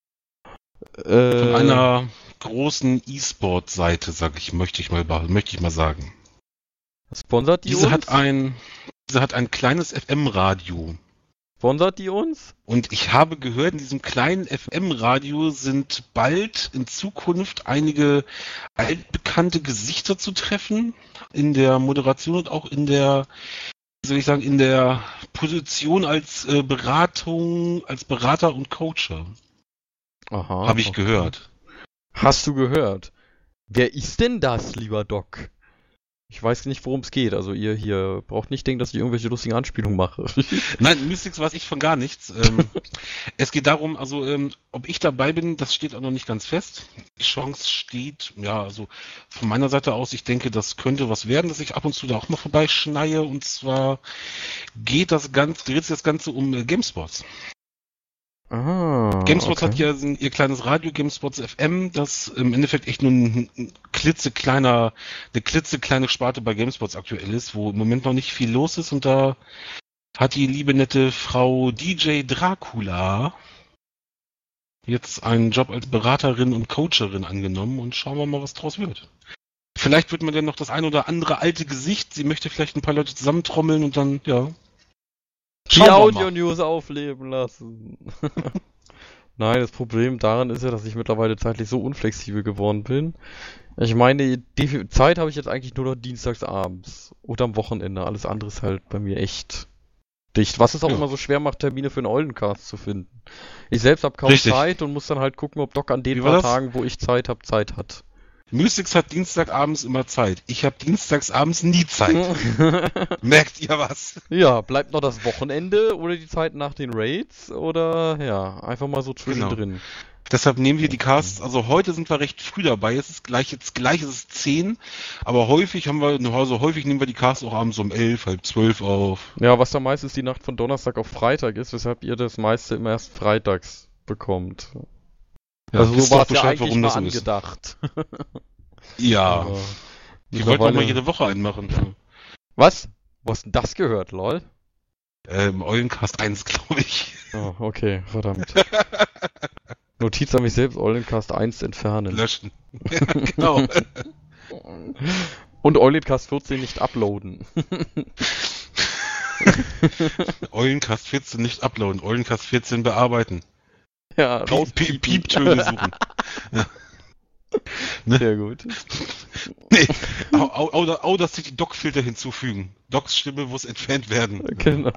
Von einer großen E-Sport-Seite, möchte ich mal sagen. Sponsert die Diese uns? hat ein kleines FM-Radio. Sponsert die uns? Und ich habe gehört, in diesem kleinen FM-Radio sind bald in Zukunft einige altbekannte Gesichter zu treffen in der Moderation und auch in der, wie soll ich sagen, in der Position als Berater und Coacher. Aha. Habe ich gehört. Hast du gehört? Wer ist denn das, lieber Doc? Ich weiß nicht, worum es geht. Also ihr hier braucht nicht denken, dass ich irgendwelche lustigen Anspielungen mache. Nein, Mystics weiß ich von gar nichts. Es geht darum, also ob ich dabei bin, das steht auch noch nicht ganz fest. Die Chance steht, ja, also von meiner Seite aus, ich denke, das könnte was werden, dass ich ab und zu da auch mal vorbeischneie. Und zwar dreht sich das Ganze um GameSpots. Ah, GameSpots okay. hat ja ihr kleines Radio, GameSpots FM, das im Endeffekt echt nur eine klitzekleine Sparte bei GameSpots aktuell ist, wo im Moment noch nicht viel los ist, und da hat die liebe nette Frau DJ Dracula jetzt einen Job als Beraterin und Coacherin angenommen, und schauen wir mal, was draus wird. Vielleicht wird man dann noch das ein oder andere alte Gesicht, sie möchte vielleicht ein paar Leute zusammentrommeln und dann, ja. Die Schauen wir mal. Audio-News aufleben lassen. Nein, das Problem daran ist ja, dass ich mittlerweile zeitlich so unflexibel geworden bin. Ich meine, die Zeit habe ich jetzt eigentlich nur noch dienstags abends oder am Wochenende. Alles andere ist halt bei mir echt dicht. Was es auch Ja. immer so schwer macht, Termine für einen Eulencast zu finden. Ich selbst habe kaum Richtig. Zeit und muss dann halt gucken, ob Doc an den Wie war paar das? Tagen, wo ich Zeit habe, Zeit hat. Mystics hat Dienstagabends immer Zeit. Ich habe Dienstagsabends nie Zeit. Merkt ihr was? Ja, bleibt noch das Wochenende oder die Zeit nach den Raids oder ja, einfach mal so zwischendrin. Deshalb nehmen wir die Casts, also heute sind wir recht früh dabei, es ist gleich ist es 10, aber häufig nehmen wir die Casts auch abends um 11, halb 12 auf. Ja, was da meistens die Nacht von Donnerstag auf Freitag ist, weshalb ihr das meiste immer erst freitags bekommt. Ja, Also wisst so ihr war auch es ja Bescheid, eigentlich warum mal das so ist. angedacht. Ja, Aber wir wollten auch mal mittlerweile- jede Woche einen machen. Was? Wo hast denn das gehört, lol? Im Eulencast 1, glaube ich. Oh, okay, verdammt. Notiz an mich selbst, Eulencast 1 entfernen. Löschen. Genau. Und Eulencast 14 nicht uploaden. Eulencast 14 nicht uploaden, Eulencast 14 bearbeiten. Ja, raus. Pieptöne suchen. Ja. Ne? Sehr gut. Nee, Audacity Doc-Filter hinzufügen. Docs Stimme muss entfernt werden. Genau.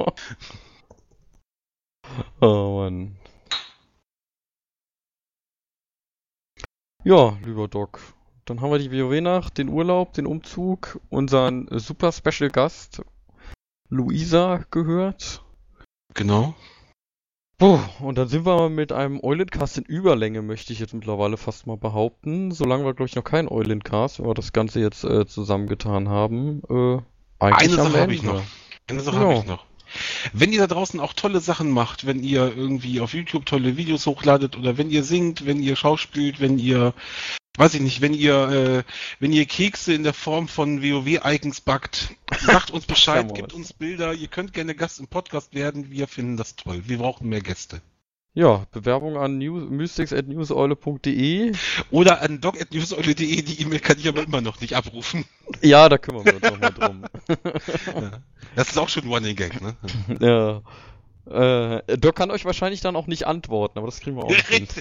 Oh Mann. Ja, lieber Doc. Dann haben wir die WoW-Nacht, den Urlaub, den Umzug, unseren super Special Gast Luisa gehört. Genau. Und dann sind wir mit einem Eulencast in Überlänge, möchte ich jetzt mittlerweile fast mal behaupten. Solange wir, glaube ich, noch keinen Eulencast, wenn wir das Ganze jetzt zusammengetan haben. Eine Sache habe ich noch. Wenn ihr da draußen auch tolle Sachen macht, wenn ihr irgendwie auf YouTube tolle Videos hochladet oder wenn ihr singt, wenn ihr schauspielt, wenn ihr, weiß ich nicht, wenn ihr Kekse in der Form von WoW-Icons backt, sagt uns Bescheid, gebt uns Bilder, ihr könnt gerne Gast im Podcast werden, wir finden das toll. Wir brauchen mehr Gäste. Ja, Bewerbung an mystics@newseule.de oder an doc@newseule.de, die E-Mail kann ich aber immer noch nicht abrufen. Ja, da kümmern wir uns nochmal drum. Ja. Das ist auch schon Running Gag, ne? Ja. Doc kann euch wahrscheinlich dann auch nicht antworten, aber das kriegen wir auch nicht hin.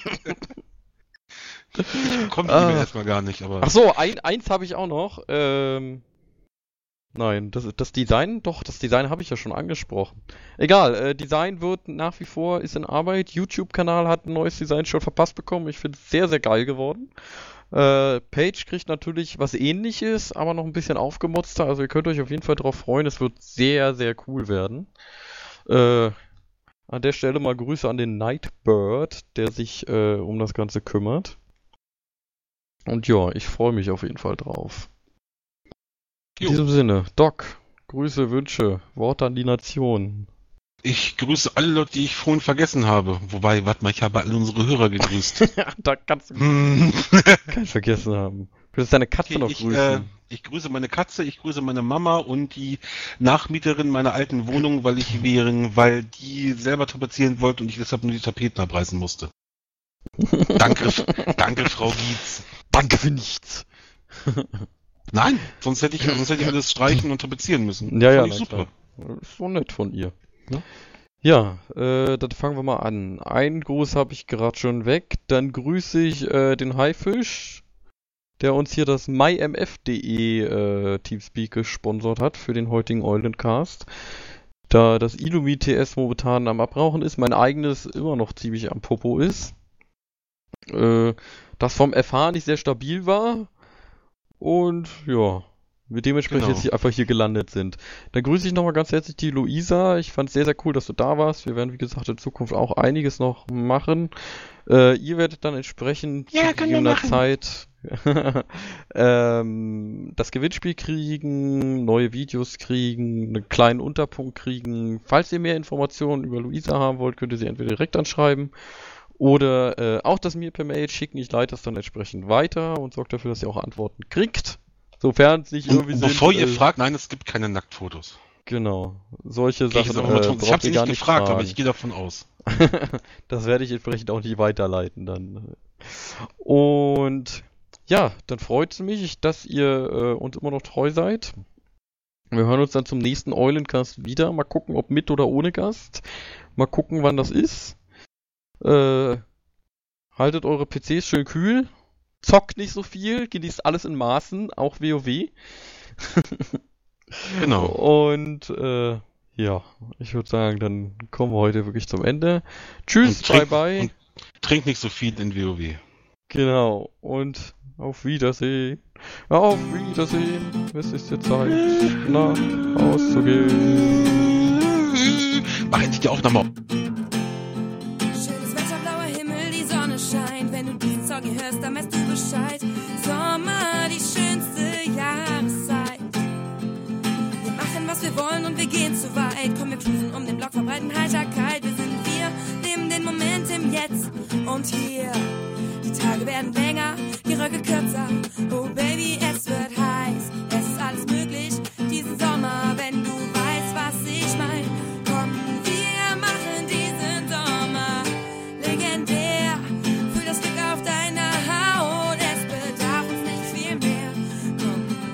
Kommt die E-Mail erstmal gar nicht, aber... Ach so, eins habe ich auch noch. Nein, das Design, doch, das Design habe ich ja schon angesprochen. Egal, Design wird nach wie vor, ist in Arbeit. YouTube-Kanal hat ein neues Design schon verpasst bekommen. Ich finde es sehr, sehr geil geworden. Page kriegt natürlich was Ähnliches, aber noch ein bisschen aufgemotzter. Also ihr könnt euch auf jeden Fall drauf freuen. Es wird sehr, sehr cool werden. An der Stelle mal Grüße an den Nightbird, der sich um das Ganze kümmert. Und ja, ich freue mich auf jeden Fall drauf. In diesem Sinne, Doc, Grüße, Wünsche, Worte an die Nation. Ich grüße alle Leute, die ich vorhin vergessen habe. Wobei, warte mal, ich habe alle unsere Hörer gegrüßt. Ja, da kannst du keinen vergessen haben. Du willst deine Katze noch grüßen. Ich grüße meine Katze, ich grüße meine Mama und die Nachmieterin meiner alten Wohnung, weil die selber tapezieren wollte und ich deshalb nur die Tapeten abreißen musste. Danke, Frau Gietz. Danke für nichts. Nein, sonst hätte ich alles streichen und tapezieren müssen. Ja, super. Klar. Ist so nett von ihr. Ja, dann fangen wir mal an. Einen Gruß habe ich gerade schon weg. Dann grüße ich den Haifisch, der uns hier das mymf.de Teamspeak gesponsert hat für den heutigen Eulencast. Da das Illumi TS momentan am Abrauchen ist, mein eigenes immer noch ziemlich am Popo ist. Das vom FH nicht sehr stabil war. Und ja, wir dementsprechend jetzt einfach hier gelandet sind. Dann grüße ich nochmal ganz herzlich die Luisa. Ich fand es sehr, sehr cool, dass du da warst. Wir werden, wie gesagt, in Zukunft auch einiges noch machen. Ihr werdet dann entsprechend zu gegebener Zeit das Gewinnspiel kriegen, neue Videos kriegen, einen kleinen Unterpunkt kriegen. Falls ihr mehr Informationen über Luisa haben wollt, könnt ihr sie entweder direkt anschreiben oder auch das mir per Mail schicken. Ich leite das dann entsprechend weiter und sorge dafür, dass ihr auch Antworten kriegt. Sofern es nicht irgendwie sind. Bevor ihr fragt, nein, es gibt keine Nacktfotos. Genau. Solche Sachen. Ich habe sie nicht gefragt, aber ich gehe davon aus. Das werde ich entsprechend auch nicht weiterleiten dann. Und ja, dann freut es mich, dass ihr uns immer noch treu seid. Wir hören uns dann zum nächsten Eulencast wieder. Mal gucken, ob mit oder ohne Gast. Mal gucken, wann das ist. Haltet eure PCs schön kühl. Zockt nicht so viel. Genießt alles in Maßen. Auch WoW. Genau. Und ja, ich würde sagen, dann kommen wir heute wirklich zum Ende. Tschüss, bye. Und trink nicht so viel in WoW. Genau. Und auf Wiedersehen. Ja, auf Wiedersehen. Es ist jetzt Zeit, nach Hause zu gehen. Mach endlich die Aufnahme auf. Schönes Wetter, blauer Himmel, die Sonne scheint. Wenn du diesen Song hier hörst, dann weißt du Bescheid. Sommer, die schönste Jahreszeit. Wir machen, was wir wollen und wir gehen zu weit. Komm, wir cruisen um den Block, verbreiten Heiterkeit. Wir sind wir, leben den Moment im Jetzt und hier. Die Tage werden länger, die Röcke kürzer. Oh Baby, es wird heiß. Es ist alles möglich diesen Sommer, wenn du weißt, was ich mein. Komm, wir machen diesen Sommer legendär. Fühl das Glück auf deiner Haut, es bedarf uns nicht viel mehr. Komm,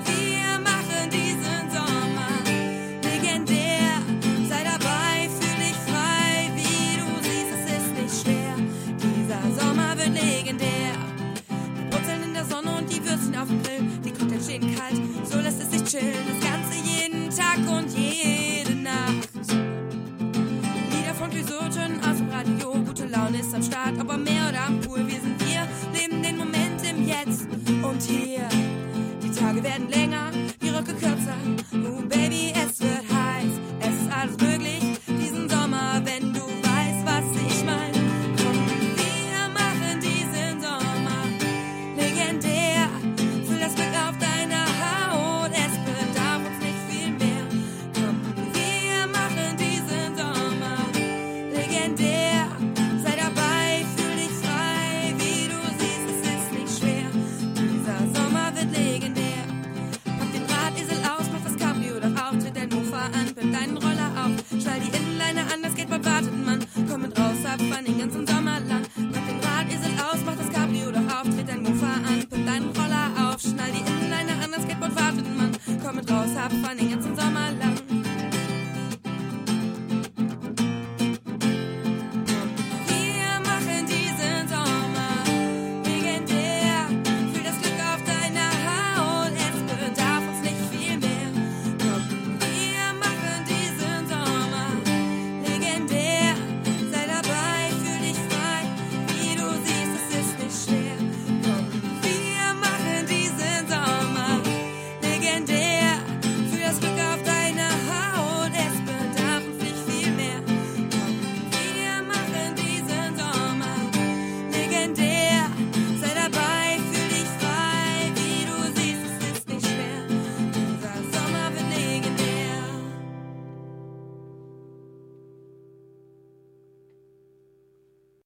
an, pimp deinen Roller auf, schnall die Innenleine an, das Skateboard wartet man, komm mit raus, hab Fun den ganzen Sommerland, pack den Radesel aus, mach das Cabrio doch auf, dreht dein Mofa an, pimp deinen Roller auf, schnall die Innenleine an, das Skateboard wartet man, komm mit raus, hab Fun den ganzen Sommerland.